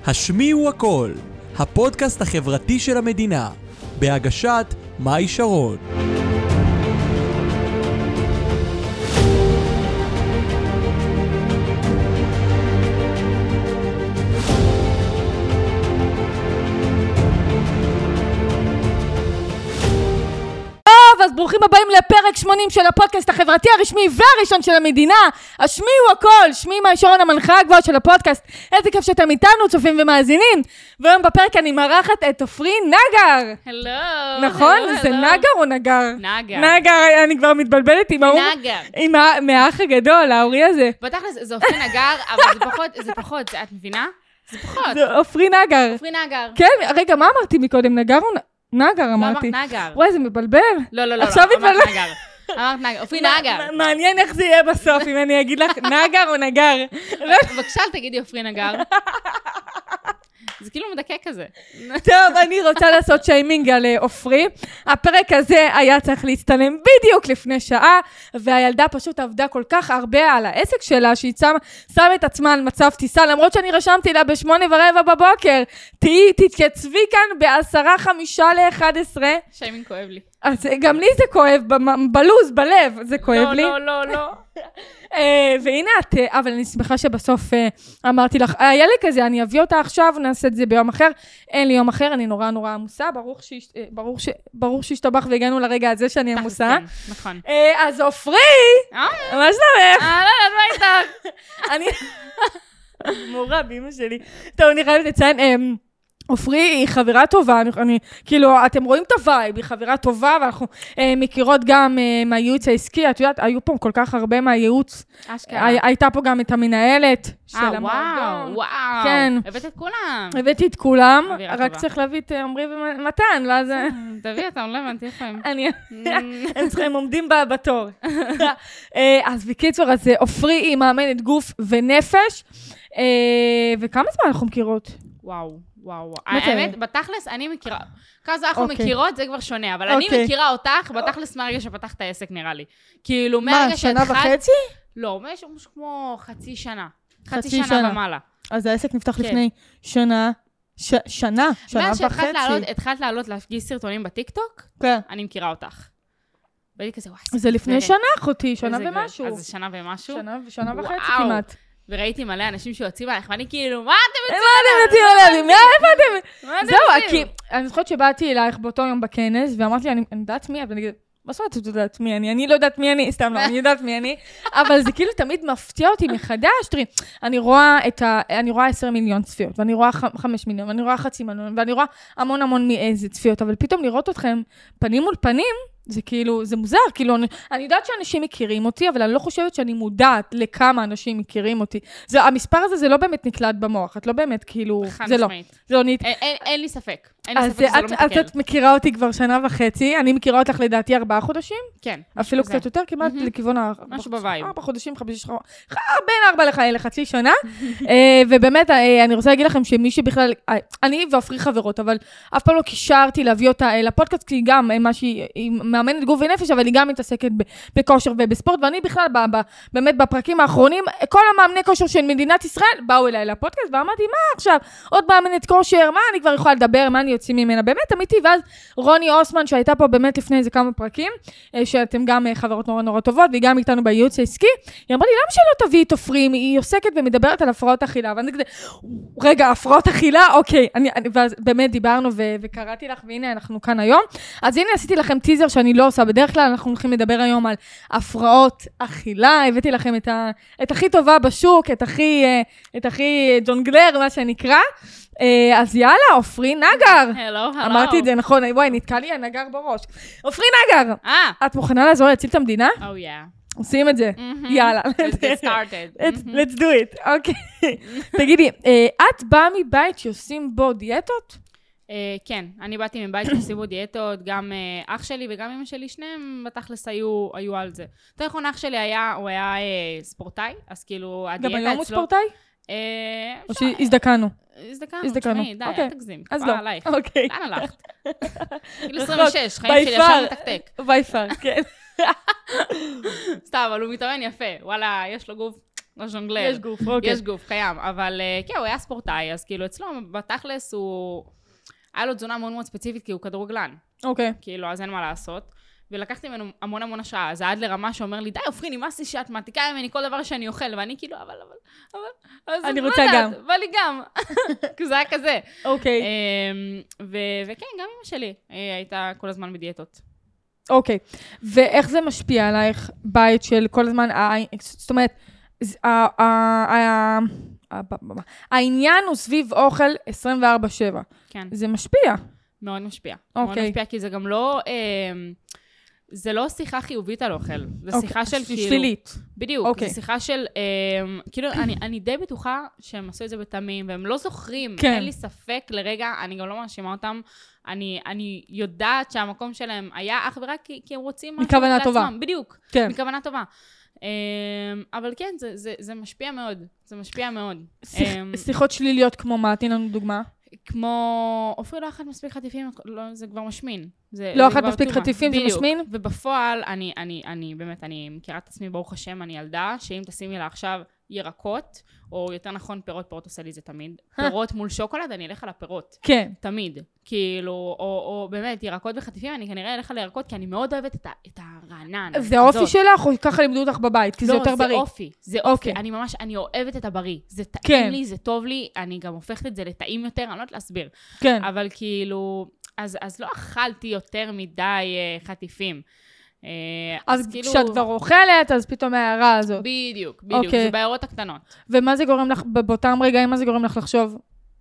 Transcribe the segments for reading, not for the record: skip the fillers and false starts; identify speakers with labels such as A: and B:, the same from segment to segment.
A: השמיעו הכל, הפודקאסט החברתי של המדינה, בהגשת מאי שרון.
B: אז ברוכים הבאים לפרק 80 של הפודקאסט החברתי הרשמי והראשון של המדינה. השמיעו הכל, שמי מאי שרון, המנחה הגבוהה של הפודקאסט. איזה כיף שאתם איתנו, צופים ומאזינים. והיום בפרק אני מארחת את עופרי נגר.
C: הלו.
B: נכון? זה נגר או נגר?
C: נגר.
B: נגר, אני כבר מתבלבלת עם ההוא.
C: נגר.
B: עם האח הגדול, האורי הזה.
C: בתכלס, זה עופרי נגר, אבל זה פחות, את מבינה? זה פחות.
B: זה עופרי נגר.
C: עופרי נגר.
B: כן, רגע, מה אמרתי מקודם? נגר או נגר אמרתי.
C: לא אמרת נגר.
B: וואי, זה מבלבל.
C: לא,
B: עכשיו
C: אמרת נגר. אמרת נגר, עופרי נגר.
B: מעניין איך זה יהיה בסוף, אם אני אגיד לך נגר או נגר.
C: בבקשה, תגידי עופרי נגר. זה כאילו מדכא כזה.
B: טוב, אני רוצה לעשות שיימינג על עופרי. הפרק הזה היה צריך להצטלם בדיוק לפני שעה, והילדה פשוט עבדה כל כך הרבה על העסק שלה, שהיא שמה את עצמה על מצב טיסה, למרות שאני רשמתי לה ב8:15 בבוקר. תתייצבי כאן ב10:55 ל11.
C: שיימינג כואב לי.
B: אז גם לי זה כואב, בלוז, בלב, זה כואב לי.
C: לא.
B: והנה את, אבל אני שמחה שבסוף אמרתי לך, היה לי כזה, אני אביא אותה עכשיו, נעשה את זה ביום אחר, אין לי יום אחר, אני נורא עמוסה, ברור שהשתבח והגענו לרגע הזה שאני עמוסה.
C: נכון.
B: אז עופרי, מה שלומך?
C: מה איתך?
B: אני מורה באמא שלי. טוב, אני חייבת לציין, עופרי היא חברה טובה, כאילו, אתם רואים את הווייב, היא חברה טובה, ואנחנו מכירות גם מהייעוץ העסקי, את יודעת, היו פה כל כך הרבה מהייעוץ, הייתה פה גם את המנהלת של המועדון.
C: וואו,
B: כן.
C: הבאת את כולם.
B: הבאתי את כולם,
C: אווירה
B: רק
C: טובה.
B: צריך להביא את עמרי ומתן, ואז
C: תביא אותם, לא הבנתי איפה הם.
B: הם צריכים, עומדים בתור. אז בקיצור, אז עופרי היא מאמנת גוף ונפש, וכמה זמן אנחנו מכירות?
C: וואו.
B: מה זה?
C: האמת, בתכלס, אני מכירה, כזה אנחנו
B: אוקיי.
C: מכירות, זה כבר שונה, אבל אני
B: אוקיי.
C: מכירה אותך, בתכלס מהרגע שפתחת העסק נראה לי. כאילו, מהרגע
B: מה, שנה וחצי?
C: לא, משהו כמו חצי שנה.
B: חצי
C: חצי
B: שנה.
C: שנה ומעלה.
B: אז העסק נפתח
C: כן.
B: לפני שנה
C: מאז
B: וחצי.
C: שהתחלת לעלות להפגיש סרטונים בטיקטוק,
B: כן.
C: אני מכירה אותך. והייתי כזה, וואי,
B: זה לפני
C: גברת.
B: שנה, אחותי, שנה
C: איזה
B: ומשהו.
C: גברת. אז זה שנה ומשהו?
B: שנה וחצי
C: וואו.
B: כמעט.
C: וראיתי מלא אנשים שיוצאים עליך, ואני כאילו, מה אתם
B: איפה אתם?
C: מה אתם
B: זהו,
C: עושים?
B: כי אני זוכרת שבאתי אלייך באותו יום בכנס, ואמרתי לי, אני יודעת מי, אבל אני אגיד, מה זאת אומרת את יודעת מי אני לא יודעת מי אני, סתם לא, אני יודעת מי אני, אבל זה כאילו תמיד מפתיע אותי מחדש, תראי, אני רואה 10 מיליון צפיות, ואני רואה 5 מיליון, ואני רואה 0.5 מיליון, ואני רואה המון מאיזה צפיות, אבל פתאום לראות אתכם פנים מול פנים, זה כאילו, זה מוזר, כאילו, אני יודעת שאנשים מכירים אותי, אבל אני לא חושבת שאני מודעת לכמה אנשים מכירים אותי. המספר הזה זה לא באמת נקלט במוח, את לא באמת, כאילו, זה לא. זה לא נית.
C: אין לי ספק.
B: אז את מכירה אותי כבר שנה וחצי, אני מכירה אותך לדעתי 4 חודשים?
C: כן.
B: אפילו קצת יותר, כמעט לכיוון
C: משהו בווייב.
B: 4 חודשים, בין 4 לחצי שנה. ובאמת, אני רוצה להגיד לכם שמי שבכלל, אני ועופרי חברות, אבל אף פעם לא קישרתי להביא אותה לפודקאסט, כי גם היא מאמנת גוף ונפש, אבל היא גם מתעסקת בכושר ובספורט, ואני בכלל, באמת בפרקים האחרונים, כל המאמני כושר של מדינת ישראל באו אליי לפודקאסט, ואמרתי, מה עכשיו? עוד מאמנת כושר, מה אני כבר יכולה לדבר, מה אני יוצאים ממנה? באמת, אמיתי, ואז רוני אוסמן, שהייתה פה באמת לפני איזה כמה פרקים, שאתם גם חברות נורא טובות, והיא גם איתנו בייעוץ העסקי, היא אמרה לי, למה שלא תביא את עופרי? היא עוסקת ומדברת על הפרעות אכילה, ואני כזה, רגע, הפרעות אכילה? אוקיי. ואז באמת דיברנו וקראתי לך, והנה אנחנו כאן היום. אז הנה עשיתי לכם טיזר שאני לא עושה. בדרך כלל אנחנו הולכים לדבר היום על הפרעות אכילה. הבאתי לכם את הכי טובה בשוק, את הכי ג'ונגלר, מה שנקרא. אז יאללה, עופרי נגר.
C: הלו.
B: אמרתי את זה נכון, וואי, נתקע לי הנגר בראש. עופרי נגר, את מוכנה לעזור להציל את המדינה?
C: Oh yeah.
B: עושים את זה. יאללה.
C: Let's get started.
B: Let's do it. אוקיי. תגידי, את באה מבית שעושים בו דיאטות?
C: כן, אני באתי מבית שעשיבו דיאטות, גם אח שלי וגם אמא שלי, שניהם בתכלס היו על זה. יותר נכון, אח שלי הוא היה ספורטאי, אז כאילו הדיאטה אצלו...
B: גם היום הוא ספורטאי? או שהזדקנו?
C: הזדקנו, תשמעי, די, אל תגזים.
B: אז לא, אוקיי.
C: לאן הלכת? כאילו 26, חיים שלי ישר מתקתק.
B: ביפר, כן.
C: סתם, אבל הוא מתאמן יפה. וואלה, יש לו גוף הז'ונגלר.
B: יש גוף, אוקיי.
C: יש גוף, קיים, אבל כן, הוא היה ספורטאי, אז כאילו אצלו בתכלס הוא... היה לו תזונה מאוד מאוד ספציפית, כי הוא כדורגלן.
B: אוקיי.
C: כאילו, אז אין מה לעשות. ולקחתי ממנו המון השראה, אז עד לרמה שאומר לי, די, עופרי, נמאס לי שאת מעתיקה ממני כל דבר שאני אוכל, ואני כאילו, אבל,
B: אני רוצה גם.
C: בא לי גם. כי זה היה כזה.
B: אוקיי.
C: וכן, גם אמא שלי הייתה כל הזמן בדיאטות.
B: אוקיי. ואיך זה משפיע עלייך, בית של כל הזמן, זאת אומרת, העניין הוא סביב אוכל 24/7.
C: כן.
B: זה משפיע.
C: מאוד משפיע.
B: אוקיי.
C: מאוד משפיע, כי זה גם לא... זה לא שיחה חיובית על אוכל, זה שיחה של כאילו...
B: שלילית.
C: בדיוק, זה שיחה של... כאילו, אני די בטוחה שהם עשו את זה בתמים, והם לא זוכרים, אין לי ספק לרגע, אני גם לא מאשימה אותם, אני יודעת שהמקום שלהם היה אך ורק כי הם רוצים משהו
B: מכוונה טובה.
C: בדיוק, מכוונה טובה. אבל כן, זה משפיע מאוד, זה משפיע מאוד.
B: שיחות שליליות כמו מה? תני לנו דוגמה.
C: כמו, עופרי לא אכלת מספיק חטיפים, זה כבר משמין.
B: לא אכלת מספיק חטיפים, זה משמין?
C: ובפועל, אני באמת, אני מכירה את עצמי, ברוך השם, אני ילדה, שאם תשימי לה עכשיו ירקות, או יותר נכון פירות, פירות עושה לי זה תמיד, פירות מול שוקולד, אני אלך על הפירות.
B: כן.
C: תמיד. כאילו, או באמת, ירקות וחטיפים, אני כנראה אלך על הירקות, כי אני מאוד אוהבת את הרענן.
B: זה האופי שלך, או ככה לימדו אותך בבית? כי זה יותר בריא.
C: לא, זה אופי. אני ממש, אני אוהבת את הבריא. זה טעים לי, זה טוב לי, אני גם הופכת את זה לטעים יותר, אני לא יודעת להסביר.
B: כן.
C: אבל כאילו, אז לא אכלתי יותר מדי חטיפים.
B: אז כשאת כבר אוכלת, אז פתאום ההערה הזאת.
C: בדיוק, זה בהערות הקטנות.
B: ומה זה גורם לך, באותם רגעים, מה זה גורם לך לחשוב?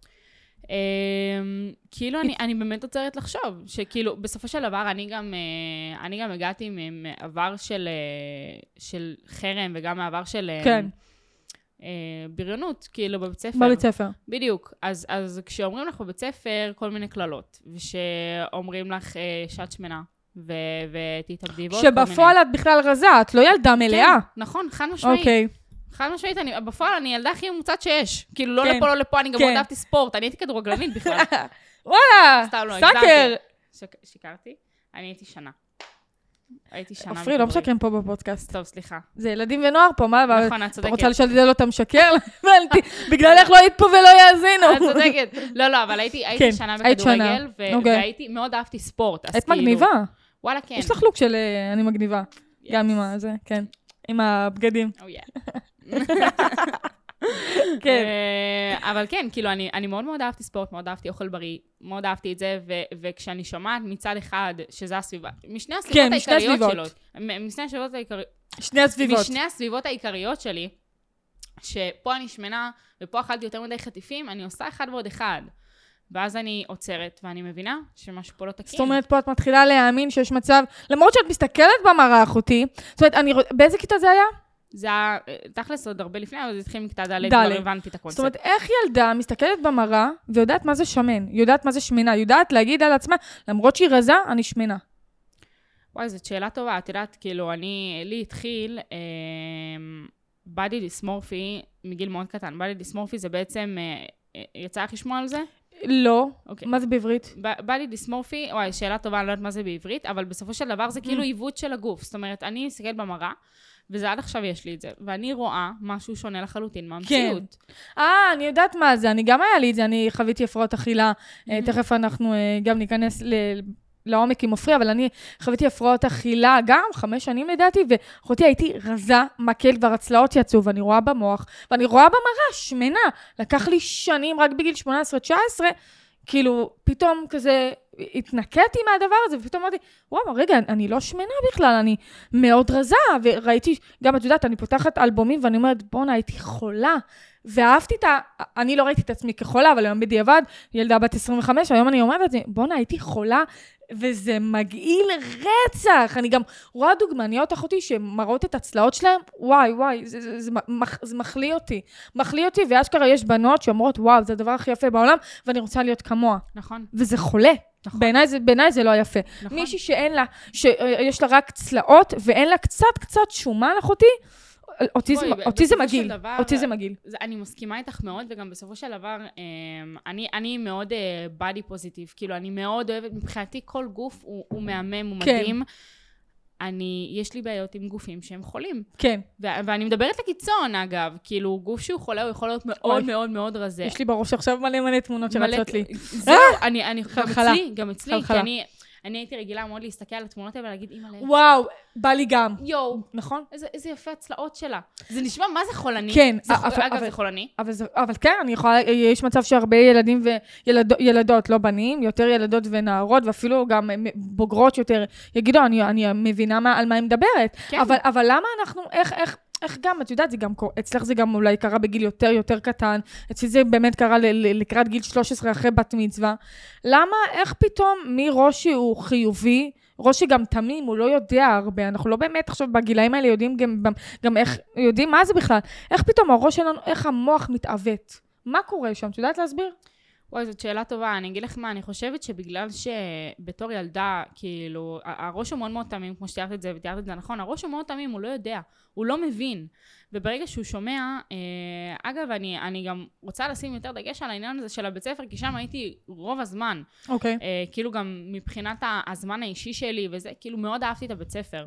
C: כאילו, אני באמת עוצרת לחשוב, שכאילו, בסופו של דבר, אני גם הגעתי מעבר של חרם, וגם מעבר של בריונות, כאילו, בבית ספר.
B: בבית ספר.
C: בדיוק. אז כשאומרים לך בבית ספר, כל מיני כללות, ושאומרים לך שאת שמנה, ותתאבדי ועוד כל מיני.
B: שבפועל את בכלל רזה, את לא ילדה מלאה.
C: כן, נכון, חד משמעית.
B: אוקיי.
C: חד משמעית, בפועל אני ילדה הכי ממוצעת שיש. כאילו, לא לפה, לא לפה, אני גם מאוד אהבתי ספורט, אני הייתי כדורגלנית בכלל.
B: וואלה, סאקר.
C: שיקרתי? אני הייתי שנה.
B: עופרי, לא משקרים פה בפודקאסט.
C: טוב, סליחה.
B: זה ילדים ונוער פה, מה?
C: נכון, את צודקת.
B: רוצה לשדל אותם משקר? בגלל איך לא היית פה ולא יאזינו.
C: את צודקת. לא, אבל הייתי שנה בכדורגל, והייתי, מאוד אהבתי ספורט.
B: את מגניבה.
C: וואלה, כן.
B: יש לך לוק של אני מגניבה. גם עם זה, כן. עם הבגדים.
C: כן. אבל כן, כאילו, אני מאוד מאוד אהבתי ספורט, מאוד אהבתי אוכל בריא, מאוד אהבתי את זה, וכשאני שומעת מצד אחד, שזה הסביבה, משני הסביבות העיקריות שלו, משני הסביבות העיקריות שלי, שפה אני שמנה, ופה אכלתי יותר מדי חטיפים, אני עושה אחד ועוד אחד. ואז אני עוצרת, ואני מבינה שמשהו פה לא תקין.
B: זאת אומרת, פה את מתחילה להאמין שיש מצב, למרות שאת מסתכלת במראה, אחותי, זאת אומרת, באיזה כיתה זה היה?
C: זה היה, תכלס עוד הרבה לפני, אבל זה התחיל מכיתה ד' כבר הבנתי את הקונספט.
B: זאת אומרת, איך ילדה מסתכלת במראה, ויודעת מה זה שמן, יודעת מה זה שמנה, יודעת להגיד על עצמה, למרות שהיא רזה, אני שמנה.
C: וואי, זאת שאלה טובה, את יודעת, כאילו, לי התחיל, בדי דיסמורפי, מגיל מאוד קטן, בדי דיסמורפי זה בעצם, יצא לך לשמוע על זה?
B: לא. מה זה בעברית?
C: בדי דיסמורפי, וואי, שאלה טובה, אני לא יודעת מה זה בעברית, אבל בסופו של דבר זה כאילו עיוות של הגוף. זאת אומרת, אני מסתכלת במראה, וזה עד עכשיו יש לי את זה, ואני רואה משהו שונה לחלוטין מהמציאות.
B: כן. אני יודעת מה זה, אני גם היה לי את זה, אני חוויתי הפרעות אכילה, תכף אנחנו גם ניכנס לעומק עם עופרי, אבל אני חוויתי הפרעות אכילה גם 5 שנים לדעתי, ואחותי הייתי רזה, מקל, והצלעות יצאו, ואני רואה במוח, ואני רואה במראה שמנה. לקח לי שנים, רק בגיל 18-19, כאילו, פתאום כזה התנקטתי מהדבר הזה, ופתאום אמרתי, וואו, רגע, אני לא שמנה בכלל, אני מאוד רזה, וראיתי, גם את יודעת, אני פותחת אלבומים, ואני אומרת, בונה, הייתי חולה, ואהבתי אני לא ראיתי את עצמי כחולה, אבל היום בדיעבד, ילדה בת 25, היום אני אומרת, בונה, הייתי חולה, וזה מגעיל רצח. אני גם רואה דוגמניות אחותי שמראות את הצלעות שלהם, וואי, זה מחליא אותי. מחליא אותי, ואשכרה יש בנות שאומרות, וואו, זה הדבר הכי יפה בעולם, ואני רוצה להיות כמוה.
C: נכון.
B: וזה חולה. נכון. בעיניי זה לא יפה. נכון. מישהי שיש לה רק צלעות, ואין לה קצת שומן אחותי, אותי זה מגעיל. אותי זה מגעיל.
C: אני מסכימה איתך מאוד, וגם בסופו של דבר, אני מאוד בody positive, כאילו אני מאוד אוהבת, מבחינתי כל גוף הוא מהמם, הוא מדהים. יש לי בעיות עם גופים שהם חולים.
B: כן.
C: ואני מדברת לקיצון, אגב, כאילו, גוף שהוא חולה, הוא יכול להיות מאוד מאוד מאוד רזה.
B: יש לי בראש עכשיו מלא תמונות שרצות לי.
C: זהו, גם אצלי, כי אני הייתי רגילה מאוד להסתכל על התמונות האלה ולהגיד, אימא לב.
B: וואו, בא לי גם.
C: יואו.
B: נכון?
C: איזה יפה הצלעות שלה. זה נשמע, מה זה חולני?
B: כן.
C: אגב, זה חולני.
B: אבל כן, יש מצב שהרבה ילדים וילדות, לא בנים, יותר ילדות ונערות, ואפילו גם בוגרות יותר, יגידו, אני מבינה על מה היא מדברת. אבל למה אנחנו, איך גם, את יודעת, זה גם, אצלך זה גם אולי קרה בגיל יותר קטן, אצלי זה באמת קרה לקראת גיל 13 אחרי בת מצווה. למה, איך פתאום מראשי הוא חיובי, ראשי גם תמים, הוא לא יודע הרבה, אנחנו לא באמת עכשיו בגילאים האלה יודעים גם איך, יודעים מה זה בכלל, איך פתאום הראש שלנו, איך המוח מתעוות, מה קורה שם, את יודעת להסביר?
C: וואי, זאת שאלה טובה, אני אגיד לך מה, אני חושבת שבגלל שבתור ילדה, כאילו, הראש הוא מאוד מאוד תמים, כמו שתיארת את זה, ותיארת את זה נכון, הראש הוא מאוד תמים, הוא לא יודע, הוא לא מבין, וברגע שהוא שומע, אגב, אני גם רוצה לשים יותר דגש על העניין הזה של הבית ספר, כי שם הייתי רוב הזמן, כאילו גם מבחינת הזמן האישי שלי, וזה, כאילו מאוד אהבתי את הבית ספר,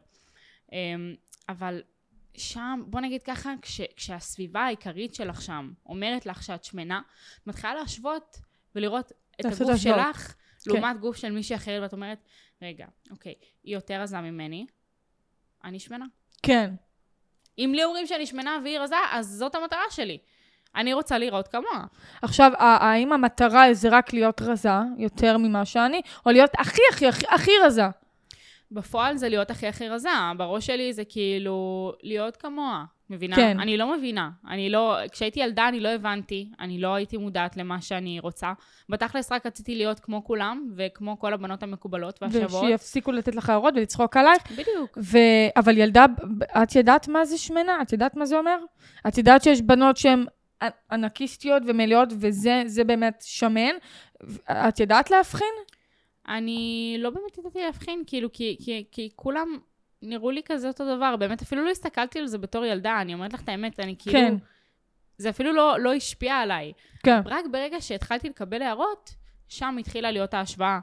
C: אבל שם, בוא נגיד ככה, כשהסביבה העיקרית שלך שם אומרת לך שאת שמנה, מתחילה להשוות ולראות את הגוף שלך, לעומת גוף של מישהי אחרת, ואת אומרת, רגע, אוקיי, היא יותר רזה ממני, אני שמנה.
B: כן.
C: אם לי אומרים שאני שמנה והיא רזה, אז זאת המטרה שלי. אני רוצה לראות כמוה.
B: עכשיו, האם המטרה זה רק להיות רזה, יותר ממה שאני, או להיות הכי רזה?
C: בפועל זה להיות הכי רזה, בראש שלי זה כאילו להיות כמוה, מבינה?
B: כן.
C: אני לא מבינה, כשהייתי ילדה אני לא הבנתי, אני לא הייתי מודעת למה שאני רוצה, בתכלס רק רציתי להיות כמו כולם, וכמו כל הבנות המקובלות והשוות.
B: ושיפסיקו לתת לך הערות ולצחוק עלייך.
C: בדיוק.
B: אבל ילדה, את ידעת מה זה שמנה? את ידעת מה זה אומר? את ידעת שיש בנות שהן אנקיסטיות ומלאות, וזה באמת שמן? את ידעת להבחין?
C: אני לא באמת ידעתי להבחין, כאילו, כי כולם נראו לי כזה אותו דבר, באמת אפילו לא הסתכלתי על זה בתור ילדה, אני אומרת לך את האמת, אני כאילו,
B: כן.
C: זה אפילו לא השפיע עליי.
B: כן.
C: רק ברגע שהתחלתי לקבל הערות, שם התחילה להיות ההשוואה.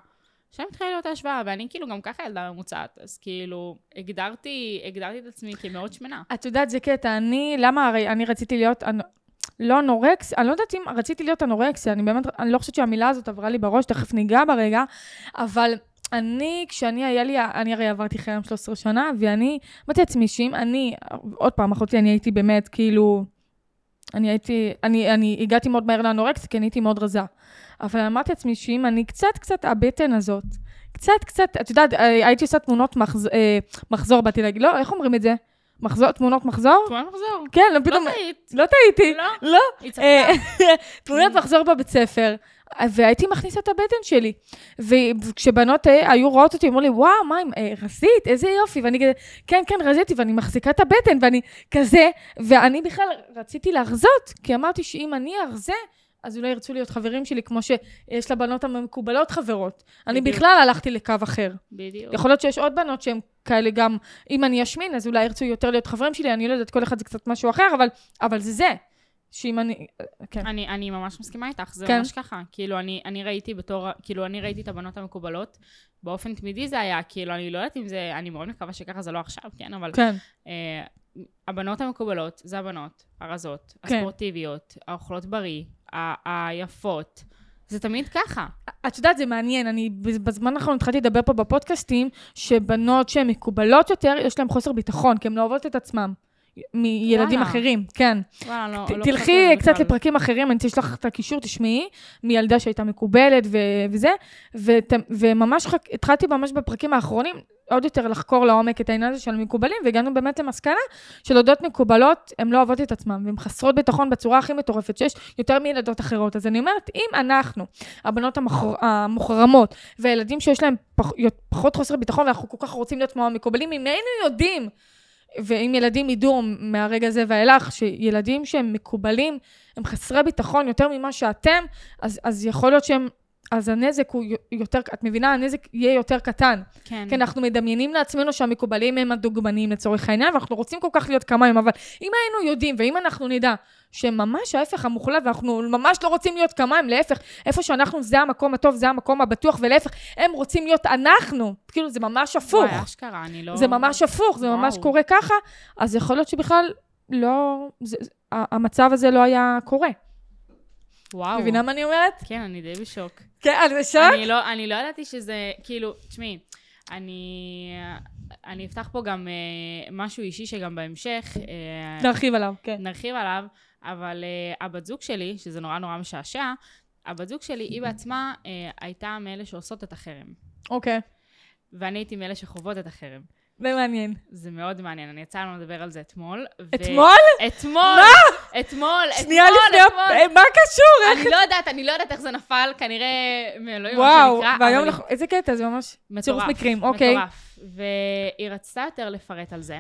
C: ואני כאילו גם ככה ילדה ממוצעת, אז כאילו, הגדרתי את עצמי כמאוד שמנה.
B: את יודעת, זה קטע, הרי אני רציתי להיות לא אנורקסיה, אני לא יודעת אם רציתי להיות אנורקסיה, אני לא חושבת שהמילה הזאת עברה לי בראש, תכף ניגע ברגע, אבל אני הרי עברתי חיים 13 שנה, ואני, אמרתי לעצמי שאם עוד פעם, אחותי, אני הייתי באמת, כאילו, אני הגעתי מאוד מהר לאנורקסיה, כי אני הייתי מאוד רזה, אבל אמרתי לעצמי שאם אני קצת הבטן הזאת, קצת, את יודעת, הייתי עושה תמונות מחזור, באתי להגיד, לא, איך אומרים את זה? תמונות מחזור?
C: תמונות מחזור.
B: כן, פתאום... לא טעיתי.
C: לא?
B: תמונות מחזור בבית ספר, והייתי מכניסה את הבטן שלי. וכשבנות היו רואות אותי, אמרו לי, וואו, מה, רזית? איזה יופי. ואני כזה, כן, רזיתי, ואני מחזיקה את הבטן, ואני כזה, ואני בכלל רציתי להרזות, כי אמרתי שאם אני ארזה, אז אולי ירצו להיות חברים שלי, כמו שיש לבנות המקובלות חברות. אני בכלל הלכתי לקו אחר.
C: בדיוק.
B: יכול להיות שיש עוד בנות שהן כאלה גם, אם אני אשמין, אז אולי ירצו יותר להיות חברים שלי, אני לא יודעת, כל אחד זה קצת משהו אחר, אבל זה. שאם אני... כן.
C: אני ממש מסכימה איתך, זה
B: כן.
C: ממש ככה. כאילו, אני ראיתי את הבנות המקובלות, באופן תמידי זה היה, כאילו, אני לא יודעת אם זה, אני מאוד מקווה שככה זה לא עכשיו, כן, אבל...
B: כן.
C: הבנות המקובלות, זה הבנות, הרזות,
B: כן.
C: הספורטיביות, האוכלות בריא, היפות, זה תמיד ככה.
B: את יודעת, זה מעניין, אני בזמן האחרון התחלתי לדבר פה בפודקאסטים, שבנות שהן מקובלות יותר, יש להן חוסר ביטחון, כי הן לא אוהבות את עצמם. מילדים אחרים, כן. תלכי קצת לפרקים אחרים, אני תשלח את הקישור, תשמעי, מילדה שהייתה מקובלת וזה, וממש התחלתי ממש בפרקים האחרונים, עוד יותר לחקור לעומק את העניין הזה של המקובלים, והגענו באמת למסקנה של הודות מקובלות, הן לא אוהבות את עצמם, והן חסרות ביטחון בצורה הכי מטורפת שיש, יותר מילדות אחרות. אז אני אומרת, אם אנחנו, הבנות המוחרמות, והילדים שיש להם פחות חוסר ביטחון, ואנחנו כל כך רוצים להיות כמו המקובלים, אם היינו יודעים, ואם ילדים ידעו מהרגע הזה ואילך, שילדים שהם מקובלים, הם חסרי ביטחון יותר ממה שאתם, אז יכול להיות שהם אז הנזק הוא יותר, את מבינה, הנזק יהיה יותר קטן.
C: כן.
B: כי אנחנו מדמיינים לעצמנו שהמקובלים הם הדוגמנים לצורך העניין, ואנחנו רוצים כל כך להיות כמוהם, אבל אם היינו יודעים, ואם אנחנו נדע שממש ההפך המוחלט, ואנחנו ממש לא רוצים להיות כמוהם, להפך, איפה שאנחנו זה המקום הטוב, זה המקום הבטוח, ולהפך, הם רוצים להיות אנחנו. כאילו, זה ממש הפוך.
C: וואי, אשכרה, אני לא...
B: זה ממש הפוך, זה ממש קורה ככה, אז יכול להיות שבכלל לא, המצב הזה לא היה קורה.
C: וואו.
B: מבינה מה אני אומרת?
C: כן, אני די בשוק.
B: כן, את בשוק?
C: אני לא ידעתי שזה, כאילו, תשמעי, אני אפתח פה גם משהו אישי שגם בהמשך...
B: נרחיב עליו, כן.
C: נרחיב עליו, אבל הבת זוג שלי, שזה נורא נורא משעשע, הבת זוג שלי, היא בעצמה הייתה מאלה שעושות את החרם.
B: אוקיי.
C: ואני הייתי מאלה שחוות את החרם.
B: זה מעניין.
C: זה מאוד מעניין, אני יצאה לנו לדבר על זה אתמול.
B: אתמול?
C: אתמול! מה? אתמול!
B: שנייה לפני, מה קשור?
C: אני לא יודעת איך זה נפל, כנראה מאלוהים מה
B: וואו,
C: שנקרא.
B: והיום, איזה קטע, זה ממש צירוף מקרים, אוקיי.
C: מטורף. והיא רצתה יותר לפרט על זה.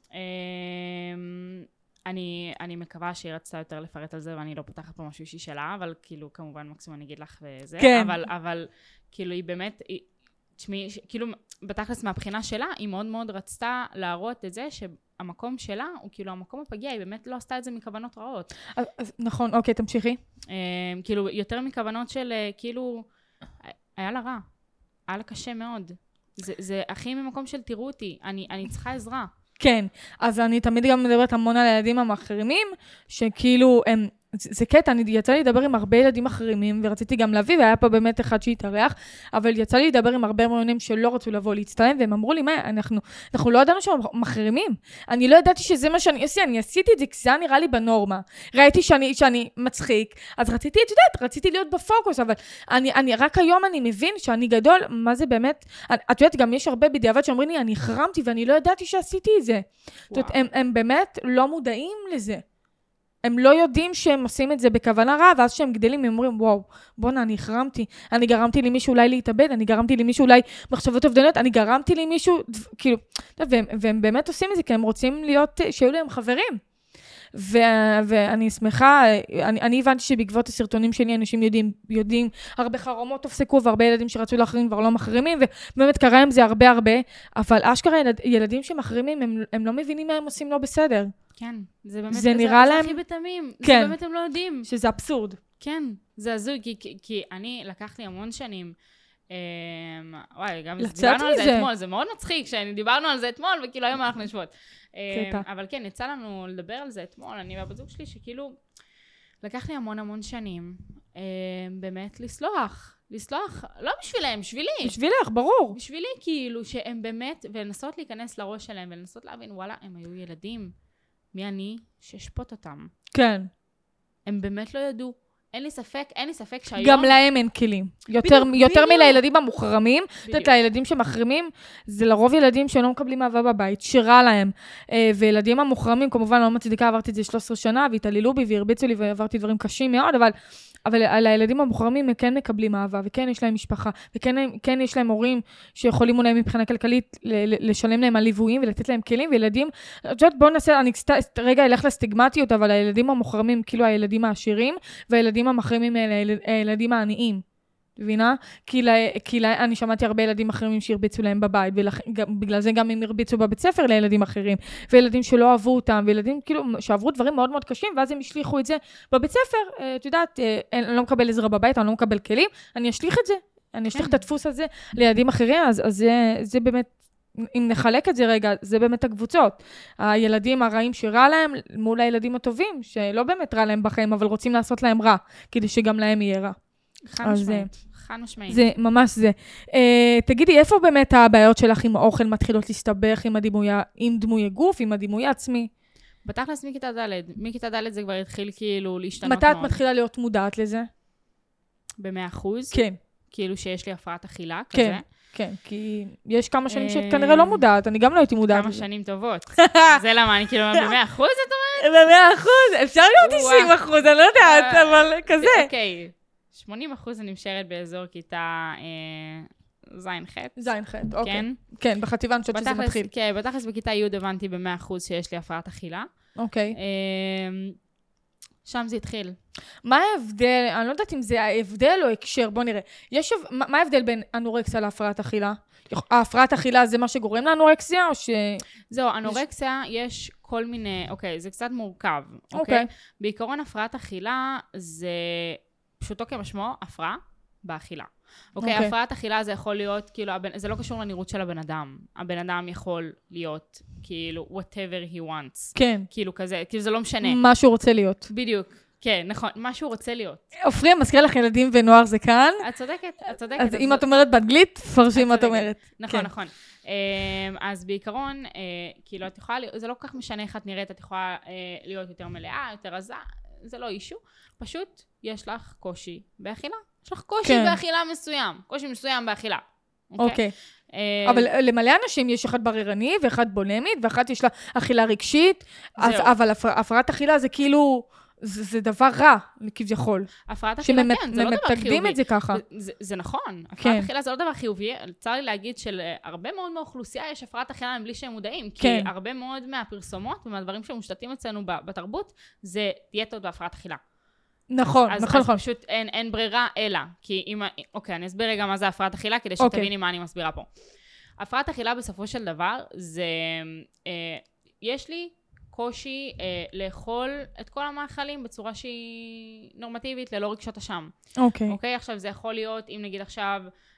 C: אני מקווה שהיא רצתה יותר לפרט על זה, ואני לא פותחת פה משהו אישי שלה, אבל כאילו, כמובן, מקסימום אני אגיד לך וזה.
B: כן.
C: אבל כאילו, היא באמת... תשמעי, כאילו, בתכלס מהבחינה שלה, היא מאוד מאוד רצתה להראות את זה שהמקום שלה הוא כאילו המקום הפגיע, היא באמת לא עשתה את זה מכוונות רעות.
B: נכון, אוקיי, תמשיכי.
C: כאילו, יותר מכוונות של, כאילו, היה לה רע, היה לה קשה מאוד. זה הכי ממקום של תראו אותי, אני צריכה עזרה.
B: כן, אז אני תמיד גם מדברת המון על הילדים המחרימים, שכאילו הם... זה קטע, יצא לי לדבר עם הרבה ילדים מחרימים, ורציתי גם להביא, והיה פה באמת אחד שהתארח, אבל יצא לי לדבר עם הרבה מורים שלא רצו לבוא להצטלם, והם אמרו לי, מה, אנחנו לא ידענו שהם מחרימים. אני לא ידעתי שזה מה שאני עושה, אני עשיתי את זה, כי זה נראה לי בנורמה. ראיתי שאני מצחיק, אז רציתי, את יודעת, רציתי להיות בפוקוס, אבל רק היום אני מבין שאני גדול, מה זה באמת, את יודעת, גם יש הרבה בדיעבד שאומרים לי, אני החרמתי, ואני לא ידעתי שעשיתי את זה. זאת אומרת, הם באמת לא מודעים לזה. הם לא יודעים שהם עושים את זה בכוונה רע, ואז שהם גדלים, הם אומרים, וואו, בונה, אני החרמתי. אני גרמתי למישהו אולי להתאבד, אני גרמתי למישהו אולי מחשבות אובדניות, אני גרמתי למישהו, כאילו, והם באמת עושים את זה, כי הם רוצים להיות, שיהיו להם חברים. ואני שמחה, אני הבנתי שבעקבות הסרטונים שלי, אנשים יודעים, הרבה חרומות הופסקו, והרבה ילדים שרצו להחרים כבר לא מחרימים, ובאמת קרה עם זה הרבה, אבל אשכרה ילדים שמחרימים, הם לא מבינים מה הם עושים לא בסדר.
C: כן, זה באמת,
B: זה נראה להם...
C: הכי בתמים,
B: כן.
C: זה באמת הם לא יודעים.
B: שזה אבסורד.
C: כן, זה הזוי, כי אני לקח לי המון שנים, וואי, גם דיברנו על זה אתמול, זה מאוד מצחיק, שדיברנו על זה אתמול, וכאילו היום אנחנו נשבות. אבל כן, יצא לנו לדבר על זה אתמול, אני והבת זוג שלי, שכאילו, לקח לי המון שנים, באמת לסלוח, לא בשבילם, בשבילי.
B: בשבילך, ברור.
C: בשבילי, כאילו, שהם באמת, ולנסות להיכנס לראש שלהם, ולנסות להבין, וואלה, הם היו ילדים. מי אני שאשפוט אותם.
B: כן.
C: הם באמת לא ידעו. אין לי ספק שהיום...
B: גם להם אין כלים. יותר מלילדים המוחרמים, זאת הילדים שמחרימים, זה לרוב ילדים שלא מקבלים אהבה בבית, שרע להם. וילדים המוחרמים, כמובן, לא מצדיקה, עברתי את זה 13 שנה, והתעללו בי והרביצו לי, ועברתי דברים קשים מאוד, אבל על הילדים המוחרמים הם כן מקבלים אהבה, וכן יש להם משפחה, וכן יש להם הורים שיכולים אולי מבחינה כלכלית לשלם להם על ליוויים ולתת להם כלים, וילדים, בואו נעשה, אני רגע אלך לסטיגמטיות, אבל הילדים המוחרמים, כאילו הילדים העשירים, והילדים המחרימים האלה, הילדים העניים. מבינה? כי אני שמעתי הרבה ילדים אחרים שהרביצו להם בבית, ובגלל זה גם הם הרביצו בבית ספר לילדים אחרים, וילדים שלא אהבו אותם, וילדים כאילו שעברו דברים מאוד מאוד קשים, ואז הם השליחו את זה בבית ספר, את יודעת, אני לא מקבל עזרה בבית, אני לא מקבל כלים, אני אשליח את זה, אני אשליח את הדפוס הזה לילדים אחרים, אז זה באמת, אם נחלק את זה רגע, זה באמת הקבוצות. הילדים הרעים שרע להם, מול הילדים הטובים, שלא באמת רע להם בחיים, אבל רוצים לעשות להם רע, כדי שגם להם יהיה רע.
C: חד משמעית.
B: זה ממש זה. תגידי, איפה באמת הבעיות שלך עם האוכל מתחילות להסתבך עם דמוי גוף, עם הדימוי עצמי?
C: בתכלס מכיתה ד'. מכיתה ד' זה כבר התחיל כאילו להשתנות מאוד.
B: מתי את מתחילה להיות מודעת לזה?
C: ב100%?
B: כן.
C: כאילו שיש לי הפרעת אכילה כזה?
B: כן, כי יש כמה שנים שכנראה לא מודעת, אני גם לא הייתי מודעת.
C: כמה שנים טובות. זה למה אני כאילו ב100%, את אומרת?
B: ב100%, אפשר להיות 90%, אני לא יודעת, אבל כזה.
C: אוקיי. 80% אני נשארת באזור כיתה ז'-ח'.
B: ז'-ח', אוקיי.
C: כן?
B: כן, בחטיבה אני חושבת שזה מתחיל.
C: כן, בתכלס בכיתה י' הבנתי ב100% שיש לי הפרעת אכילה.
B: אוקיי.
C: שם זה התחיל.
B: מה ההבדל, אני לא יודעת אם זה ההבדל או הקשר, בוא נראה. מה ההבדל בין אנורקסיה להפרעת אכילה? ההפרעת אכילה זה מה שגורם לאנורקסיה או ש...
C: זהו, אנורקסיה יש כל מיני, אוקיי, זה קצת מורכב, אוקיי? בעיקרון הפרעת אכילה זה פשוטו כמשמעו, הפרעה באכילה. אוקיי, הפרעת אכילה זה יכול להיות, כאילו, זה לא קשור לנראות של הבן אדם. הבן אדם יכול להיות, כאילו, whatever he wants.
B: כן.
C: כאילו כזה, כאילו זה לא משנה.
B: מה שהוא רוצה להיות.
C: בדיוק. כן, נכון, מה שהוא רוצה להיות.
B: עופרי, מזכיר לך ילדים ונוער זה כאן.
C: את צודקת, את צודקת.
B: אז אם את אומרת באנגלית, פרשי מה את אומרת.
C: נכון, נכון. אז בעיקרון, כאילו, את יכולה, זה לא כל כך משנה איך את נראית, את יכולה להיות יותר מלאה, יותר עזה, זה לא אישו. פשוט יש לך קושי באכילה. יש לך קושי באכילה מסוים. קושי מסוים באכילה.
B: אוקיי. אבל למלא אנשים יש אחד בררני ואחד בולמית, ואחת יש לה אכילה רגשית, אבל הפרעת אכילה זה כאילו... זה דבר רע, כביכול.
C: הפרעת אכילה, כן, זה לא דבר חיובי.
B: שמתקדים את זה ככה.
C: זה נכון. הפרעת אכילה זה לא דבר חיובי. צר לי להגיד שלהרבה מאוד מהאוכלוסייה יש הפרעת אכילה בלי שהם מודעים. כי הרבה מאוד מהפרסומות ומהדברים שמושתתים אצלנו בתרבות, זה דיאטות והפרעת אכילה.
B: נכון, נכון.
C: אז פשוט אין ברירה אלא. כי אם... אוקיי, אני אסביר רגע מה זה הפרעת אכילה, כדי שתביני מה אני מסבירה פה. הפרעת אכילה בסופו של דבר, זה... יש לי קושי לאכול את כל המאכלים בצורה שהיא נורמטיבית, ללא רגשות אשם. אוקיי, עכשיו זה יכול להיות, אם נגיד עכשיו,